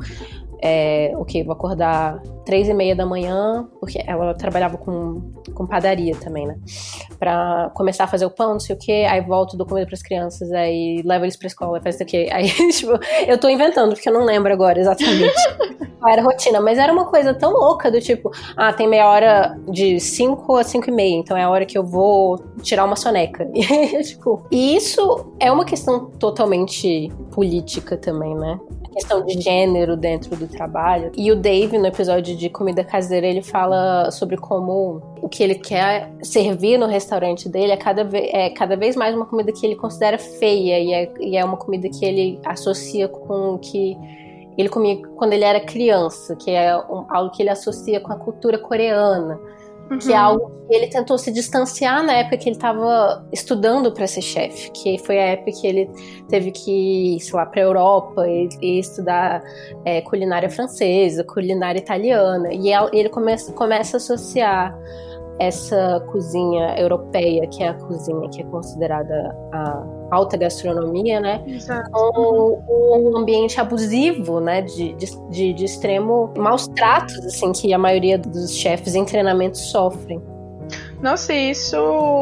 É, ok, vou acordar três e meia da manhã, porque ela trabalhava com, com padaria também, né? Pra começar a fazer o pão, não sei o que, aí volto, dou comida pras crianças, aí levo eles pra escola, faz o que. Aí, tipo, eu tô inventando, porque eu não lembro agora exatamente qual era a rotina, mas era uma coisa tão louca do tipo, ah, tem meia hora de cinco a cinco e meia, então é a hora que eu vou tirar uma soneca. E, tipo, e isso é uma questão totalmente política também, né? Questão de gênero dentro do trabalho. E o Dave, no episódio de comida caseira, ele fala sobre como o que ele quer servir no restaurante dele é cada, ve- é cada vez mais uma comida que ele considera feia e é, e é uma comida que ele associa com o que ele comia quando ele era criança, que é um, algo que ele associa com a cultura coreana. Uhum. Que é algo que ele tentou se distanciar na época que ele estava estudando para ser chefe, que foi a época que ele teve que ir, sei lá, para a Europa e, e estudar é, culinária francesa, culinária italiana, e ele começa, começa a associar essa cozinha europeia, que é a cozinha que é considerada a alta gastronomia, né? Exato. Com um ambiente abusivo, né? De, de, de extremo maus tratos, assim, que a maioria dos chefes em treinamento sofrem.
Nossa, isso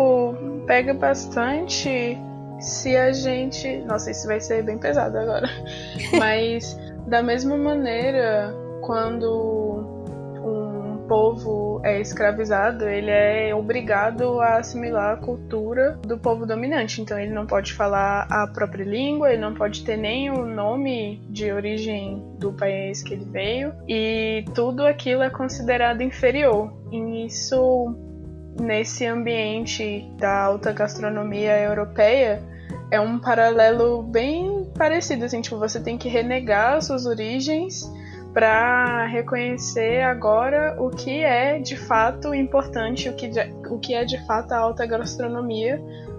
pega bastante se a gente... Nossa, isso vai ser bem pesado agora. Mas, da mesma maneira, quando um povo é escravizado, ele é obrigado a assimilar a cultura do povo dominante. Então ele não pode falar a própria língua, ele não pode ter nem o nome de origem do país que ele veio, e tudo aquilo é considerado inferior. E isso, nesse ambiente da alta gastronomia europeia, é um paralelo bem parecido, assim, tipo, você tem que renegar as suas origens para reconhecer agora o que é de fato importante, o que, de, o que é de fato a alta gastronomia,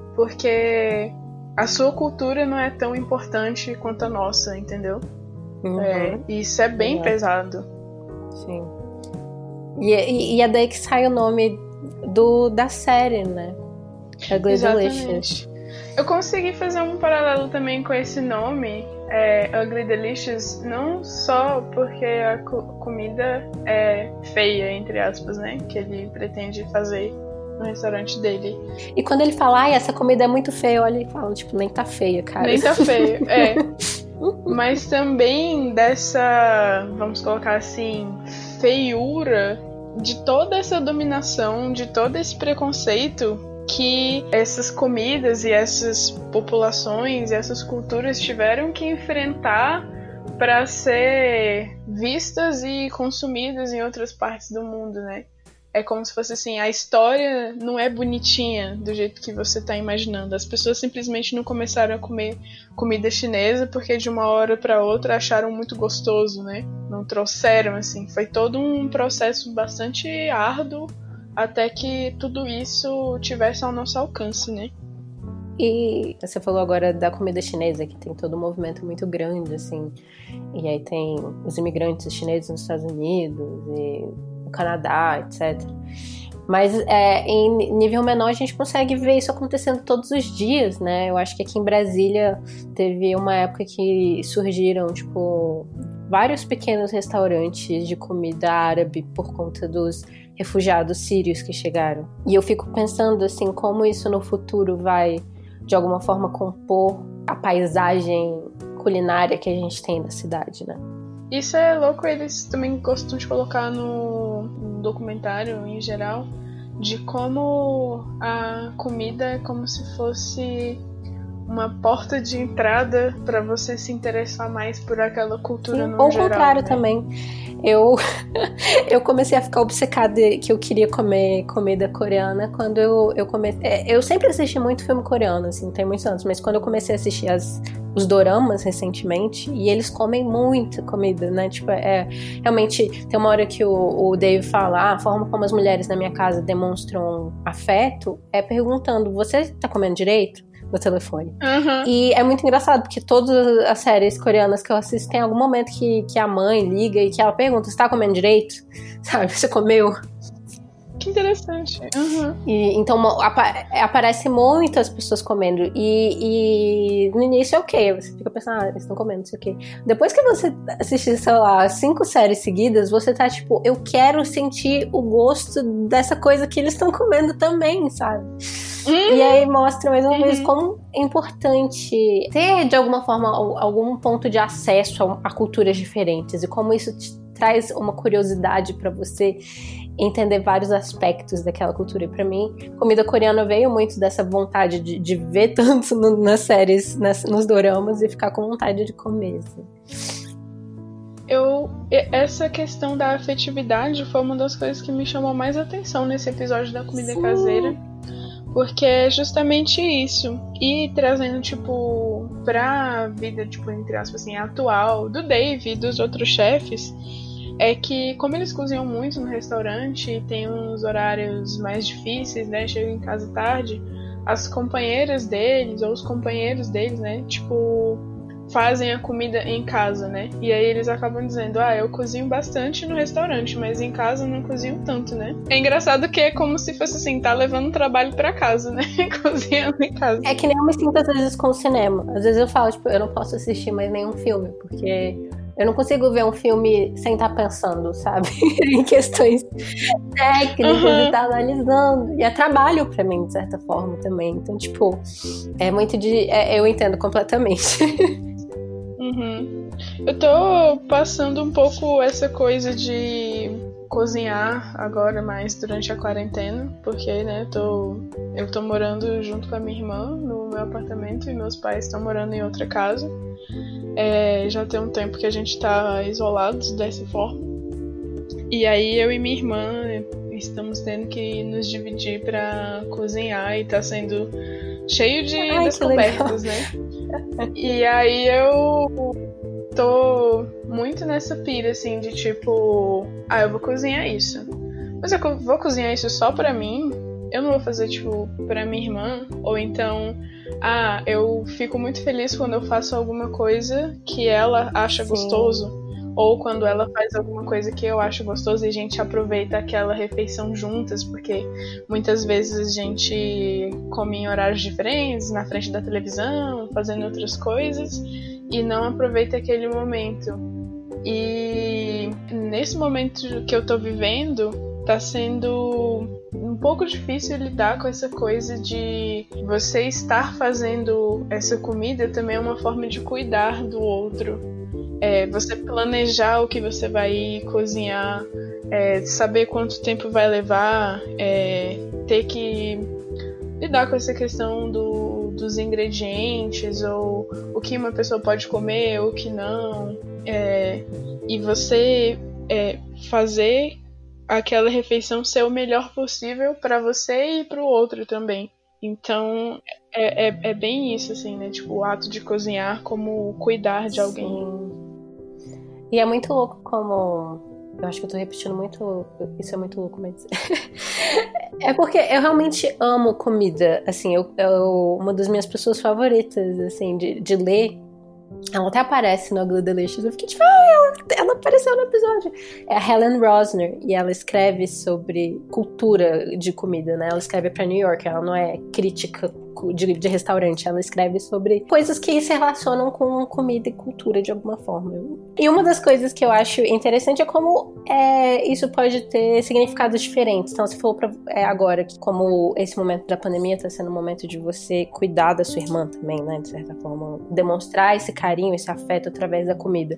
porque a sua cultura não é tão importante quanto a nossa, entendeu? Uhum. É, isso é bem uhum. pesado.
Sim. E, e, e é daí que sai o nome do, da série, né? Ugly Delicious.
Eu consegui fazer um paralelo também com esse nome, é, Ugly Delicious, não só porque a co- comida é feia, entre aspas, né? Que ele pretende fazer no restaurante dele.
E quando ele fala, ai, essa comida é muito feia, olha e fala, tipo, nem tá feia, cara.
Nem tá feia, é. Mas também dessa, vamos colocar assim, feiura de toda essa dominação, de todo esse preconceito que essas comidas e essas populações e essas culturas tiveram que enfrentar para ser vistas e consumidas em outras partes do mundo, né? É como se fosse assim, a história não é bonitinha do jeito que você está imaginando. As pessoas simplesmente não começaram a comer comida chinesa porque de uma hora para outra acharam muito gostoso, né? Não trouxeram, assim. Foi todo um processo bastante árduo até que tudo isso tivesse ao nosso alcance, né?
E você falou agora da comida chinesa, que tem todo um movimento muito grande, assim. E aí tem os imigrantes chineses nos Estados Unidos e no Canadá, etcétera. Mas é, em nível menor a gente consegue ver isso acontecendo todos os dias, né? Eu acho que aqui em Brasília teve uma época que surgiram, tipo, vários pequenos restaurantes de comida árabe por conta dos refugiados sírios que chegaram. E eu fico pensando, assim, como isso no futuro vai, de alguma forma, compor a paisagem culinária que a gente tem da cidade, né?
Isso é louco, eles também gostam de colocar no, no documentário, em geral, de como a comida é como se fosse uma porta de entrada para você se interessar mais por aquela cultura. Sim, no
ou
geral.
Ou o contrário,
né?
também. Eu, eu comecei a ficar obcecada que eu queria comer comida coreana quando eu, eu comecei... Eu sempre assisti muito filme coreano, assim, tem muitos anos, mas quando eu comecei a assistir as, os doramas recentemente, e eles comem muita comida, né? Tipo, é, realmente, tem uma hora que o, o Dave fala, ah, a forma como as mulheres na minha casa demonstram afeto é perguntando, você tá comendo direito? No telefone.
Uhum.
E é muito engraçado, porque todas as séries coreanas que eu assisto tem algum momento que, que a mãe liga e que ela pergunta, você tá comendo direito? Sabe, você comeu?
Que interessante. Uhum.
E, então apa- aparece muito as pessoas comendo. E, e no início é ok, você fica pensando, ah, eles estão comendo, não sei o quê. Depois que você assistir, sei lá, cinco séries seguidas, você tá tipo, eu quero sentir o gosto dessa coisa que eles estão comendo também, sabe? Uhum. E aí mostra mais uma uhum. vez como é importante ter, de alguma forma, algum ponto de acesso a, a culturas diferentes e como isso te traz uma curiosidade para você entender vários aspectos daquela cultura. E pra mim, comida coreana veio muito dessa vontade de, de ver tanto no, nas séries, nas, nos doramas e ficar com vontade de comer. Assim.
Eu, essa questão da afetividade foi uma das coisas que me chamou mais atenção nesse episódio da comida Sim. caseira. Porque é justamente isso. E trazendo, tipo, pra vida, tipo, entre aspas, assim, atual, do Dave e dos outros chefes, é que, como eles cozinham muito no restaurante, tem uns horários mais difíceis, né? Chegam em casa tarde, as companheiras deles, ou os companheiros deles, né? Tipo, fazem a comida em casa, né? E aí eles acabam dizendo, ah, eu cozinho bastante no restaurante, mas em casa eu não cozinho tanto, né? É engraçado que é como se fosse assim, tá levando trabalho pra casa, né? Cozinhando em casa.
É que nem eu me sinto às vezes com o cinema. Às vezes eu falo, tipo, eu não posso assistir mais nenhum filme, porque eu não consigo ver um filme sem estar pensando, sabe? Em questões técnicas uhum. e estar analisando. E é trabalho pra mim, de certa forma, também. Então, tipo, é muito de... É, eu entendo completamente.
Uhum. Eu tô passando um pouco essa coisa de cozinhar agora mais durante a quarentena, porque, né, eu tô, eu tô morando junto com a minha irmã no meu apartamento e meus pais estão morando em outra casa. É, já tem um tempo que a gente tá isolados dessa forma. E aí eu e minha irmã estamos tendo que nos dividir pra cozinhar e tá sendo cheio de Ai, descobertas, né? E aí eu tô muito nessa pira, assim, de tipo, ah, eu vou cozinhar isso. Mas eu vou cozinhar isso só pra mim? Eu não vou fazer, tipo, pra minha irmã? Ou então, ah, eu fico muito feliz quando eu faço alguma coisa que ela acha Sim. gostoso. Ou quando ela faz alguma coisa que eu acho gostoso e a gente aproveita aquela refeição juntas, porque muitas vezes a gente come em horários diferentes, na frente da televisão, fazendo outras coisas, e não aproveita aquele momento. E nesse momento que eu tô vivendo, tá sendo um pouco difícil lidar com essa coisa de você estar fazendo essa comida também é uma forma de cuidar do outro. É, você planejar o que você vai cozinhar, é, saber quanto tempo vai levar, é, ter que lidar com essa questão do, dos ingredientes, ou o que uma pessoa pode comer, o que não, é, e você é, fazer aquela refeição ser o melhor possível para você e para o outro também. Então é, é, é bem isso, assim, né? Tipo, o ato de cozinhar como cuidar de alguém.
Sim. E é muito louco como Eu acho que eu tô repetindo muito. Isso é muito louco, mas. É porque eu realmente amo comida. Assim, eu, eu, uma das minhas pessoas favoritas, assim, de, de ler. Ela até aparece no Ugly Delicious. Eu fiquei tipo, ah, ela, ela apareceu no episódio. É a Helen Rosner. E ela escreve sobre cultura de comida, né? Ela escreve pra New York. Ela não é crítica de, de restaurante. Ela escreve sobre coisas que se relacionam com comida e cultura de alguma forma. E uma das coisas que eu acho interessante é como é, isso pode ter significados diferentes. Então, se for pra, é, agora, que como esse momento da pandemia tá sendo um momento de você cuidar da sua irmã também, né? De certa forma, demonstrar esse carinho, esse afeto através da comida.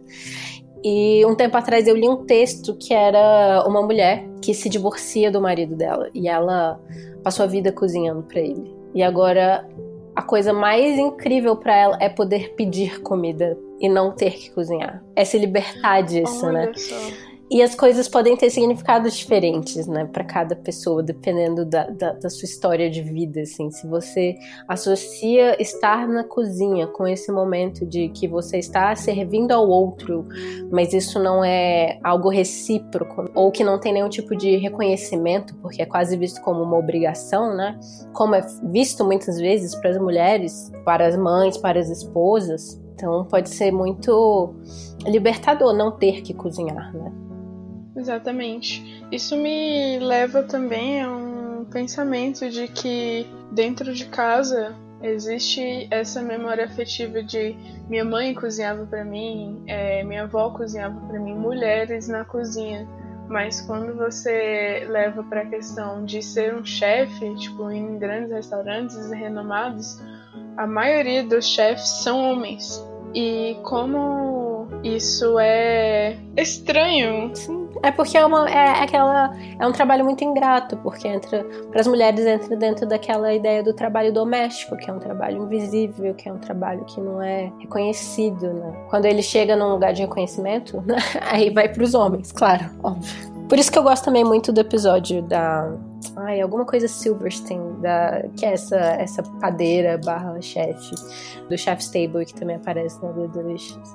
E um tempo atrás eu li um texto que era uma mulher que se divorcia do marido dela e ela passou a vida cozinhando pra ele. E agora a coisa mais incrível pra ela é poder pedir comida e não ter que cozinhar. É se libertar disso,
Olha
né?
Só.
E as coisas podem ter significados diferentes, né, para cada pessoa, dependendo da, da, da sua história de vida, assim. Se você associa estar na cozinha com esse momento de que você está servindo ao outro, mas isso não é algo recíproco, ou que não tem nenhum tipo de reconhecimento, porque é quase visto como uma obrigação, né, como é visto muitas vezes para as mulheres, para as mães, para as esposas. Então pode ser muito libertador não ter que cozinhar, né?
Exatamente. Isso me leva também a um pensamento de que dentro de casa existe essa memória afetiva de minha mãe cozinhava pra mim, é, minha avó cozinhava pra mim, mulheres na cozinha. Mas quando você leva pra questão de ser um chefe, tipo em grandes restaurantes renomados, a maioria dos chefes são homens. E como isso é estranho.
Sim. É porque é, uma, é, aquela, é um trabalho muito ingrato, porque entra para as mulheres entra dentro daquela ideia do trabalho doméstico, que é um trabalho invisível, que é um trabalho que não é reconhecido, né? Quando ele chega num lugar de reconhecimento, né? Aí vai para os homens, claro, óbvio. Por isso que eu gosto também muito do episódio da... Ai, alguma coisa Silverstein, da, que é essa, essa padeira barra chefe do Chef's Table, que também aparece na Ugly Delicious.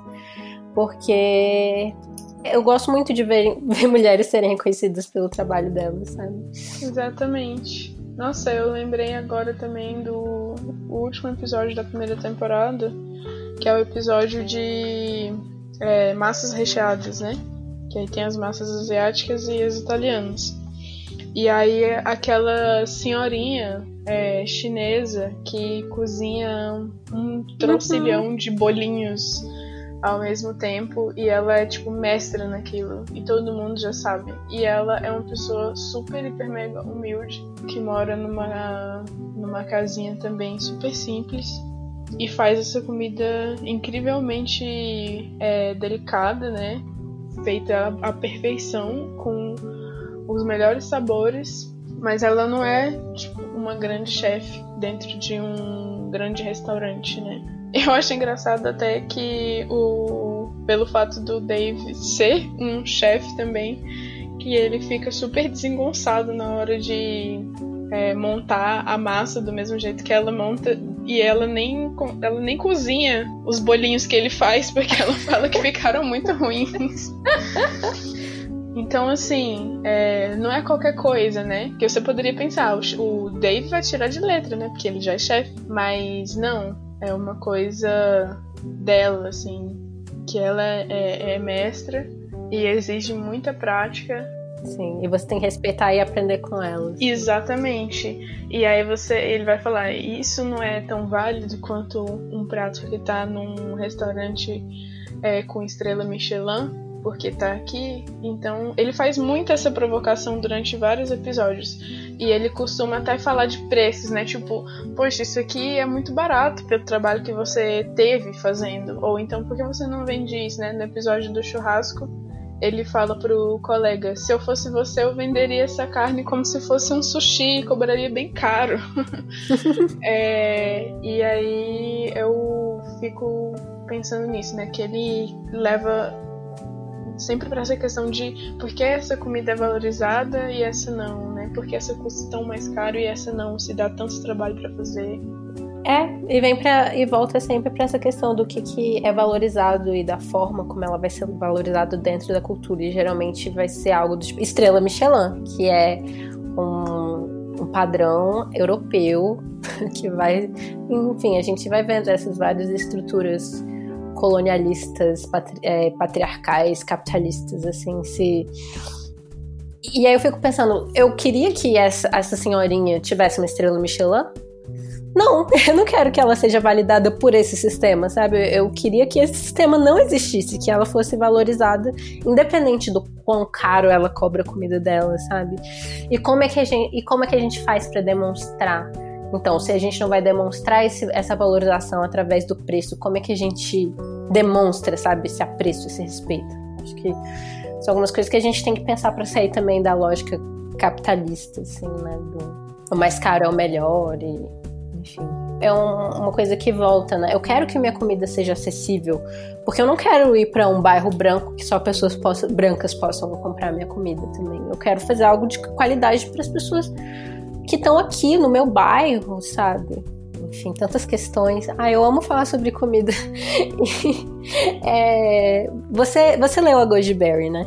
Porque eu gosto muito de ver, ver mulheres serem reconhecidas pelo trabalho delas, sabe?
Exatamente. Nossa, eu lembrei agora também do último episódio da primeira temporada, que é o episódio de é, massas recheadas, né? Que aí tem as massas asiáticas e as italianas. E aí aquela senhorinha é, chinesa que cozinha um trocilhão uhum. de bolinhos ao mesmo tempo, e ela é tipo mestra naquilo, e todo mundo já sabe. E ela é uma pessoa super, hiper, mega humilde, que mora numa, numa casinha também super simples, e faz essa comida incrivelmente é, delicada, né? Feita à perfeição, com os melhores sabores, mas ela não é tipo, uma grande chefe dentro de um grande restaurante, né? Eu acho engraçado até que o, pelo fato do Dave ser um chefe também, que ele fica super desengonçado na hora de é, montar a massa do mesmo jeito que ela monta, e ela nem, ela nem cozinha os bolinhos que ele faz, porque ela fala que ficaram muito ruins. Então, assim, é, não é qualquer coisa, né? Que você poderia pensar, o, o Dave vai tirar de letra, né? Porque ele já é chefe. Mas não, é uma coisa dela, assim, que ela é, é mestra e exige muita prática.
Sim, e você tem que respeitar e aprender com ela. Assim.
Exatamente. E aí você, ele vai falar, isso não é tão válido quanto um prato que tá num restaurante é, com estrela Michelin, porque tá aqui. Então ele faz muito essa provocação durante vários episódios, e ele costuma até falar de preços, né, tipo, poxa, isso aqui é muito barato pelo trabalho que você teve fazendo, ou então por que você não vende isso, né? No episódio do churrasco ele fala pro colega, se eu fosse você eu venderia essa carne como se fosse um sushi e cobraria bem caro. é, e aí eu fico pensando nisso, né, que ele leva sempre para essa questão de por que essa comida é valorizada e essa não, né? Por que essa custa tão mais caro e essa não se dá tanto trabalho para fazer.
É, e vem pra, e volta sempre para essa questão do que, que é valorizado e da forma como ela vai ser valorizado dentro da cultura. E geralmente vai ser algo do tipo estrela Michelin, que é um, um padrão europeu que vai... Enfim, a gente vai vendo essas várias estruturas colonialistas, patri, é, patriarcais, capitalistas, assim, se... E aí eu fico pensando, eu queria que essa, essa senhorinha tivesse uma estrela Michelin? Não, eu não quero que ela seja validada por esse sistema, sabe? Eu queria que esse sistema não existisse, que ela fosse valorizada, independente do quão caro ela cobra a comida dela, sabe? E como é que a gente, e como é que a gente faz pra demonstrar? Então, se a gente não vai demonstrar esse, essa valorização através do preço, como é que a gente demonstra, sabe, esse apreço, esse respeito? Acho que são algumas coisas que a gente tem que pensar pra sair também da lógica capitalista, assim, né? Do, o mais caro é o melhor e... Enfim, é um, uma coisa que volta, né? Eu quero que minha comida seja acessível, porque eu não quero ir pra um bairro branco que só pessoas possam, brancas possam comprar minha comida também. Eu quero fazer algo de qualidade para as pessoas que estão aqui no meu bairro, sabe? Enfim, tantas questões. Ah, eu amo falar sobre comida. é, você, você leu a Goji Berry, né?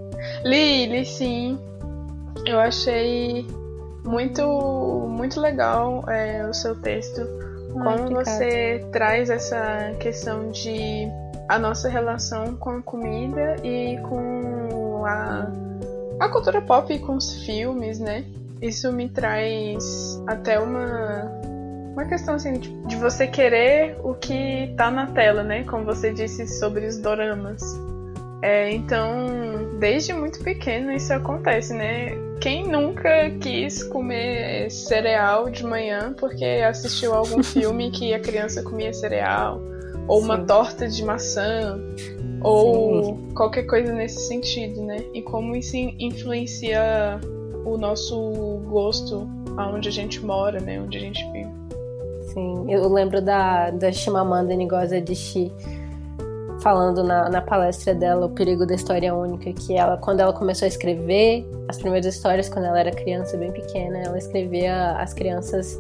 Li, li sim. Eu achei muito, muito legal é, o seu texto.
Ai,
Como você traz essa questão de a nossa relação com a comida e com a, a cultura pop e com os filmes, né? Isso me traz até uma, uma questão assim de, de você querer o que tá na tela, né? Como você disse sobre os doramas. É, então, desde muito pequeno isso acontece, né? Quem nunca quis comer cereal de manhã porque assistiu a algum filme que a criança comia cereal? Ou Sim. uma torta de maçã? Ou Sim. qualquer coisa nesse sentido, né? E como isso influencia o nosso gosto aonde a gente mora, né? Onde a gente vive.
Sim, eu lembro da, da Chimamanda Ngozi Adichie falando na, na palestra dela, O Perigo da História Única, que ela, quando ela começou a escrever as primeiras histórias, quando ela era criança, bem pequena, ela escrevia as crianças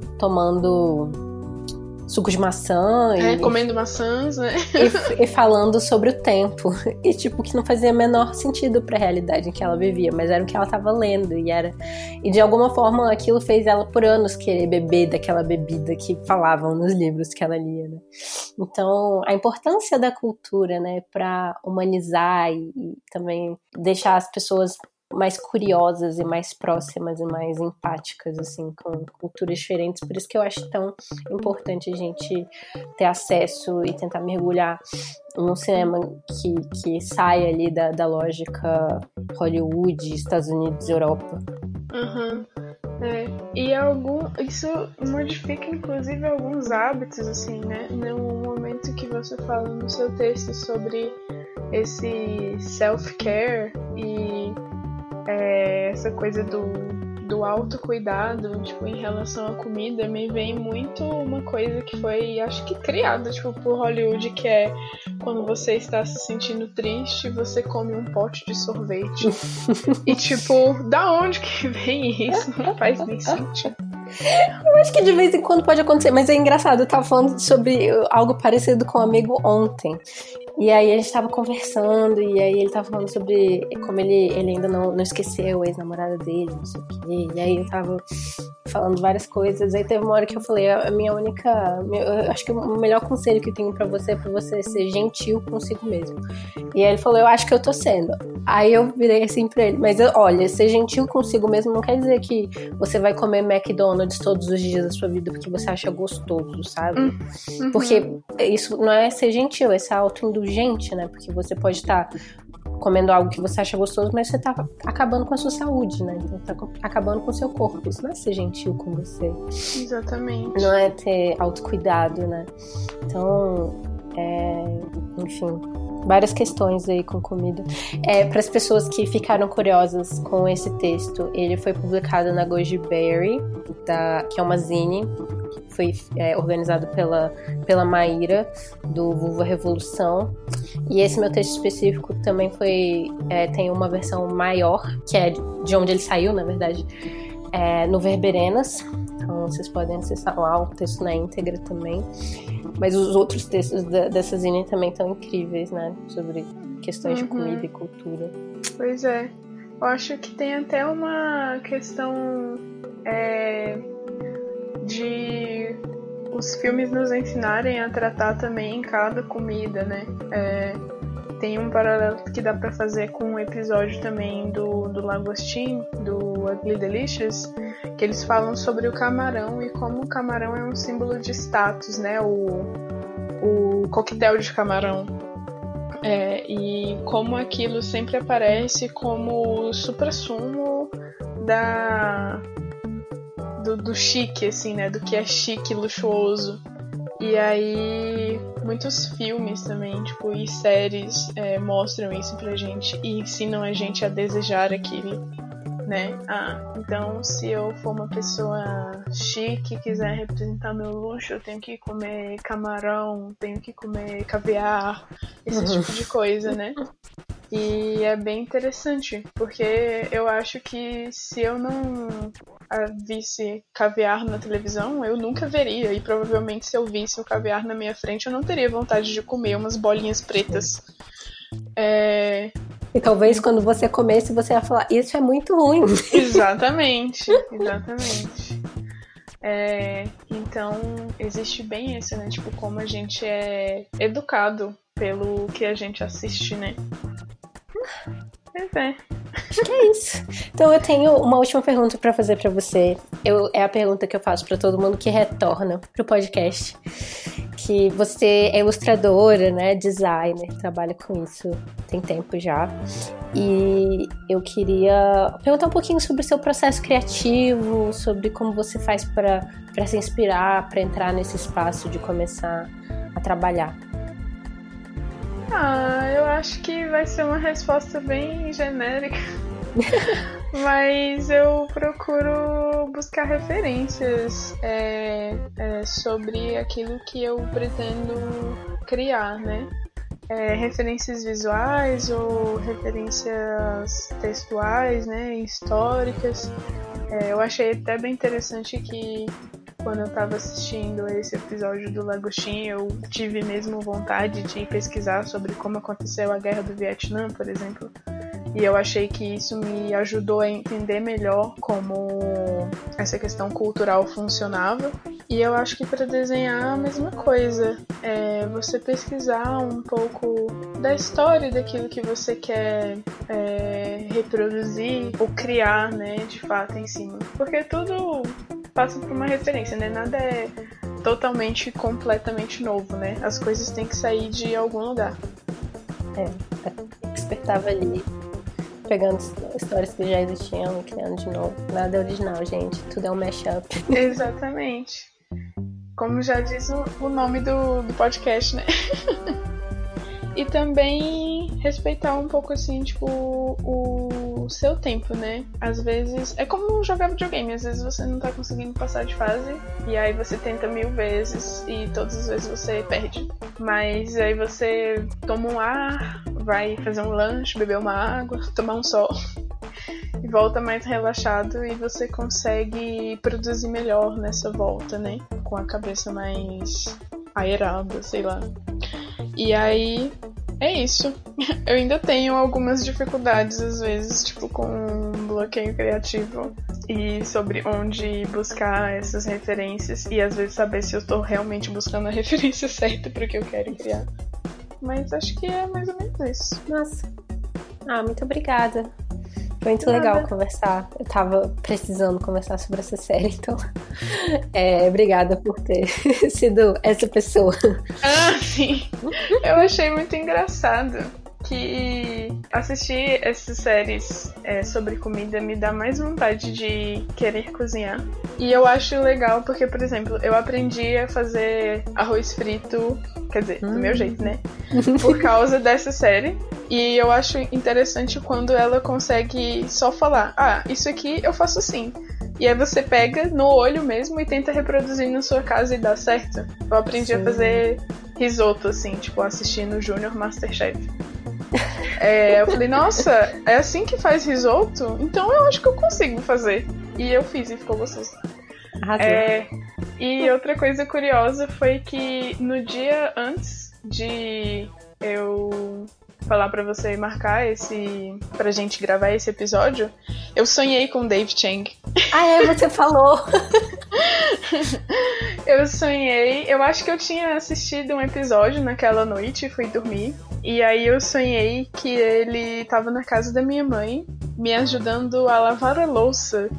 tomando suco de maçã
é,
e,
comendo maçãs, né?
E, e falando sobre o tempo. E tipo, que não fazia o menor sentido pra realidade em que ela vivia, mas era o que ela tava lendo. E, era... e de alguma forma aquilo fez ela por anos querer beber daquela bebida que falavam nos livros que ela lia, né? Então, a importância da cultura, né, pra humanizar e, e também deixar as pessoas mais curiosas e mais próximas e mais empáticas, assim, com culturas diferentes. Por isso que eu acho tão importante a gente ter acesso e tentar mergulhar num cinema que, que saia ali da, da lógica Hollywood, Estados Unidos, Europa.
Uhum. É. E algum, isso modifica inclusive alguns hábitos, assim, né? No momento que você fala no seu texto sobre esse self-care e É, essa coisa do, do autocuidado, tipo, em relação à comida, me vem muito uma coisa que foi, acho que criada, tipo, por Hollywood, que é quando você está se sentindo triste, você come um pote de sorvete. E, tipo, da onde que vem isso? Não faz nem sentido.
Eu acho que de vez em quando pode acontecer, mas é engraçado, eu tava falando sobre algo parecido com um amigo ontem. E aí a gente tava conversando, e aí ele tava falando sobre como ele, ele ainda não, não esqueceu a ex-namorada dele, não sei o quê. E aí eu tava falando várias coisas. Aí teve uma hora que eu falei, a minha única... Eu acho que o melhor conselho que eu tenho pra você é pra você ser gentil consigo mesmo. E aí ele falou, eu acho que eu tô sendo. Aí eu virei assim pra ele, mas olha, ser gentil consigo mesmo não quer dizer que você vai comer McDonald's todos os dias da sua vida porque você acha gostoso, sabe? Uhum. Porque isso não é ser gentil, é ser autoindulgente, né? Porque você pode estar comendo algo que você acha gostoso, mas você tá acabando com a sua saúde, né? Então tá acabando com o seu corpo. Isso não é ser gentil com você.
Exatamente.
Não é ter autocuidado, né? Então, é... enfim, várias questões aí com comida. É, para as pessoas que ficaram curiosas com esse texto, ele foi publicado na Goji Berry, da, que é uma zine, que foi é, organizado pela, pela Maíra, do Vulva Revolução. E esse meu texto específico também foi... É, tem uma versão maior, que é de onde ele saiu, na verdade, é, no Verberenas. Então vocês podem acessar lá o texto na íntegra também. Mas os outros textos da, dessa zine também estão incríveis, né? Sobre questões uhum. de comida e cultura.
Pois é. Eu acho que tem até uma questão é, de os filmes nos ensinarem a tratar também cada comida, né? É, tem um paralelo que dá pra fazer com um episódio também do, do Lagostim, do Ugly Delicious, que eles falam sobre o camarão e como o camarão é um símbolo de status, né? O, o coquetel de camarão. É, e como aquilo sempre aparece como o suprassumo da, do, do chique, assim, né? Do que é chique, luxuoso. E aí, muitos filmes também, tipo, e séries é, mostram isso pra gente e ensinam a gente a desejar aquilo, né? Ah, então se eu for uma pessoa chique e quiser representar meu luxo, eu tenho que comer camarão, tenho que comer caviar, esse uhum. tipo de coisa, né? E é bem interessante, porque eu acho que se eu não visse caviar na televisão, eu nunca veria. E provavelmente se eu visse o caviar na minha frente, eu não teria vontade de comer umas bolinhas pretas. É...
E talvez quando você comesse, você ia falar, isso é muito ruim.
Exatamente, exatamente. É... Então, existe bem isso, né? Tipo, como a gente é educado pelo que a gente assiste, né? Pois é.
Acho que é isso. Então eu tenho uma última pergunta pra fazer pra você. Eu, é a pergunta que eu faço pra todo mundo que retorna pro podcast. Que você é ilustradora, né? Designer, trabalha com isso tem tempo já. E eu queria perguntar um pouquinho sobre o seu processo criativo, sobre como você faz pra, pra se inspirar, pra entrar nesse espaço de começar a trabalhar.
Ah, eu acho que vai ser uma resposta bem genérica. Mas eu procuro buscar referências é, é, sobre aquilo que eu pretendo criar, né? É, referências visuais ou referências textuais, né? Históricas. É, eu achei até bem interessante que quando eu estava assistindo esse episódio do Lagostim, eu tive mesmo vontade de pesquisar sobre como aconteceu a Guerra do Vietnã, por exemplo. E eu achei que isso me ajudou a entender melhor como essa questão cultural funcionava. E eu acho que para desenhar a mesma coisa. É você pesquisar um pouco da história daquilo que você quer é, reproduzir ou criar, né, de fato, em cima. Porque tudo passa por uma referência, né? Nada é totalmente, completamente novo, né? As coisas têm que sair de algum lugar.
É, despertava ali, pegando histórias que já existiam e criando de novo. Nada é original, gente. Tudo é um mashup.
Exatamente. Como já diz o, o nome do, do podcast, né? E também respeitar um pouco, assim, tipo, o seu tempo, né? Às vezes, é como jogar videogame, às vezes você não tá conseguindo passar de fase, e aí você tenta mil vezes, e todas as vezes você perde. Mas aí você toma um ar, vai fazer um lanche, beber uma água, tomar um sol, e volta mais relaxado, e você consegue produzir melhor nessa volta, né? Com a cabeça mais aerada, sei lá. E aí, é isso. Eu ainda tenho algumas dificuldades, às vezes, tipo, com bloqueio criativo e sobre onde buscar essas referências e, às vezes, saber se eu tô realmente buscando a referência certa pro que eu quero criar. Mas acho que é mais ou menos isso.
Nossa. Ah, muito obrigada. Foi muito
Nada.
legal conversar. Eu tava precisando conversar sobre essa série, então é, obrigada por ter sido essa pessoa.
Ah, sim. Eu achei muito engraçado que assistir essas séries é, sobre comida me dá mais vontade de querer cozinhar. E eu acho legal porque, por exemplo, eu aprendi a fazer arroz frito, quer dizer, hum. do meu jeito, né? Por causa dessa série. E eu acho interessante quando ela consegue só falar, ah, isso aqui eu faço assim. E aí você pega no olho mesmo e tenta reproduzir na sua casa e dá certo. Eu aprendi Sim. a fazer risoto, assim, tipo, assistindo o Junior Masterchef. É, eu falei, nossa, é assim que faz risoto? Então eu acho que eu consigo fazer. E eu fiz e ficou gostoso.
Arrasou.
É, e outra coisa curiosa foi que no dia antes de eu falar pra você marcar esse... pra gente gravar esse episódio, eu sonhei com Dave Chang.
Ah, é? Você falou!
Eu sonhei... Eu acho que eu tinha assistido um episódio naquela noite e fui dormir. E aí eu sonhei que ele tava na casa da minha mãe, me ajudando a lavar a louça.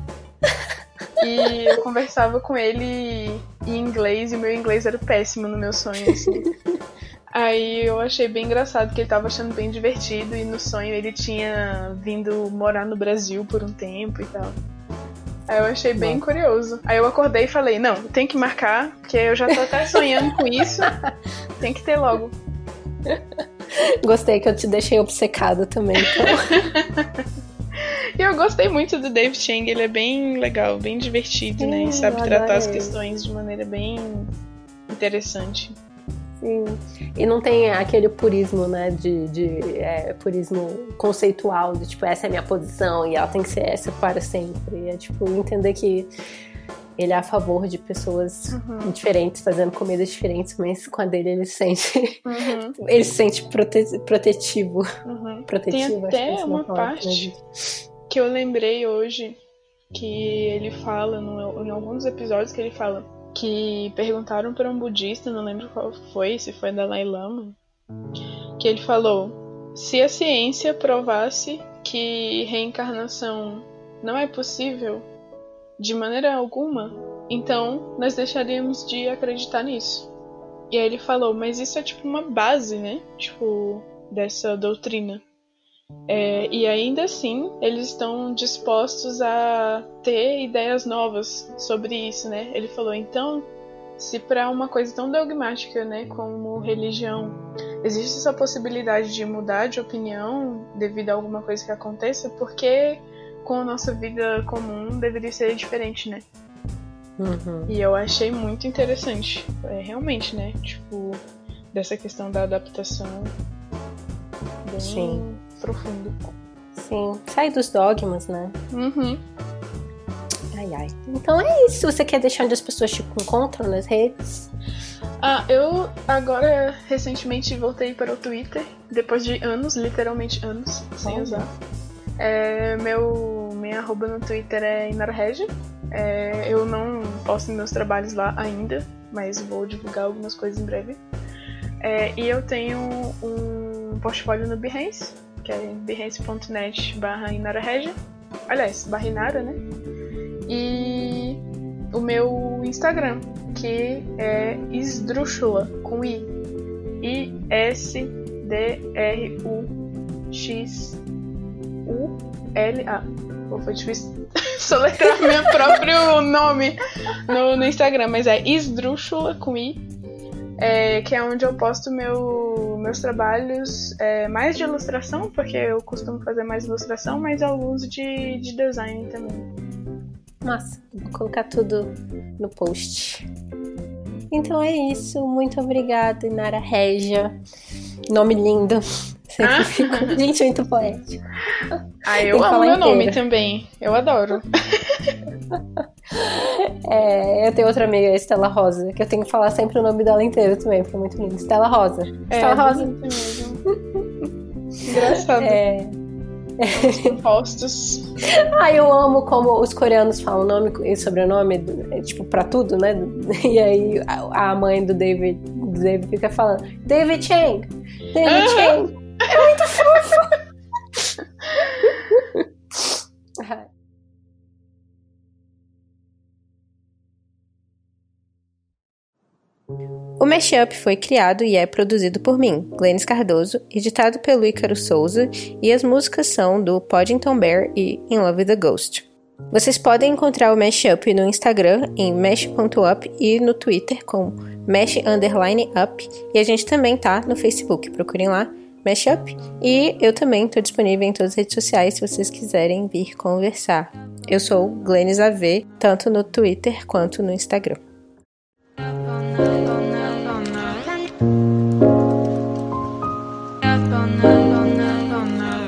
E eu conversava com ele em inglês, e meu inglês era péssimo no meu sonho, assim. Aí eu achei bem engraçado que ele tava achando bem divertido, e no sonho ele tinha vindo morar no Brasil por um tempo e tal. Aí eu achei bem Nossa. curioso. Aí eu acordei e falei, não, tem que marcar, porque eu já tô até sonhando com isso, tem que ter logo.
Gostei que eu te deixei obcecada também, então...
E eu gostei muito do Dave Chang, ele é bem legal, bem divertido, Sim, né? E sabe tratar as questões de maneira bem interessante.
Sim. E não tem aquele purismo, né? De, de é, purismo conceitual, de tipo, essa é a minha posição e ela tem que ser essa para sempre. É tipo, entender que ele é a favor de pessoas uhum. diferentes, fazendo comidas diferentes, mas com a dele ele se sente. Uhum. ele se sente prote- protetivo.
Uhum.
protetivo.
Tem até
acho que
uma parte que eu lembrei hoje que ele fala no, em alguns episódios que ele fala que perguntaram para um budista, não lembro qual foi, se foi Dalai Lama, que ele falou: se a ciência provasse que reencarnação não é possível de maneira alguma, então nós deixaríamos de acreditar nisso. E aí ele falou, mas isso é tipo uma base, né? Tipo, dessa doutrina. É, e ainda assim, eles estão dispostos a ter ideias novas sobre isso, né? Ele falou, então, se para uma coisa tão dogmática, né, como religião, existe essa possibilidade de mudar de opinião devido a alguma coisa que aconteça, por que com a nossa vida comum deveria ser diferente, né?
Uhum.
E eu achei muito interessante, é, realmente, né? Tipo, dessa questão da adaptação bem
Sim.
profundo.
Sim, sai dos dogmas, né?
Uhum.
Ai, ai. Então é isso. Você quer deixar onde as pessoas te encontram nas redes?
Ah, eu agora recentemente voltei para o Twitter, depois de anos, literalmente anos, sem
Olha.
usar. É, meu, minha arroba no Twitter é inarregia. É, eu não posto meus trabalhos lá ainda, mas vou divulgar algumas coisas em breve. É, e eu tenho um portfólio no Behance, que é behance.net barra inarregia. Aliás, barra inara, né? E o meu Instagram, que é Isdrúxula, com I. I S D R U X U L A. Pô, foi difícil soletrar meu próprio nome no, no Instagram, mas é Isdrúxula, com I. É, que é onde eu posto meu, meus trabalhos, é, mais de ilustração, porque eu costumo fazer mais ilustração, mas alguns de, de design também.
Nossa, vou colocar tudo no post. Então é isso, muito obrigada, Inara Regia. Nome lindo. Sempre
Ah?
fico... Gente, muito poético.
Ah, eu amo meu nome também. Eu adoro.
É, eu tenho outra amiga, Estela Rosa, que eu tenho que falar sempre o nome dela inteiro também, porque é muito lindo. Estela Rosa.
É,
Estela Rosa.
Engraçado.
É.
Os postos.
Ah, eu amo como os coreanos falam nome e sobrenome, tipo, pra tudo, né? E aí a mãe do David, do David fica falando David Chang, David uh-huh. Chang. É muito fofo. O Mashup foi criado e é produzido por mim, Glennis Cardoso, editado pelo Ícaro Souza, e as músicas são do Poddington Bear e In Love with a Ghost. Vocês podem encontrar o Mashup no Instagram em mash ponto up e no Twitter com mash underline up, e a gente também tá no Facebook, procurem lá, Mashup, e eu também tô disponível em todas as redes sociais se vocês quiserem vir conversar. Eu sou Glennis A V, tanto no Twitter quanto no Instagram.
Up on up on up on up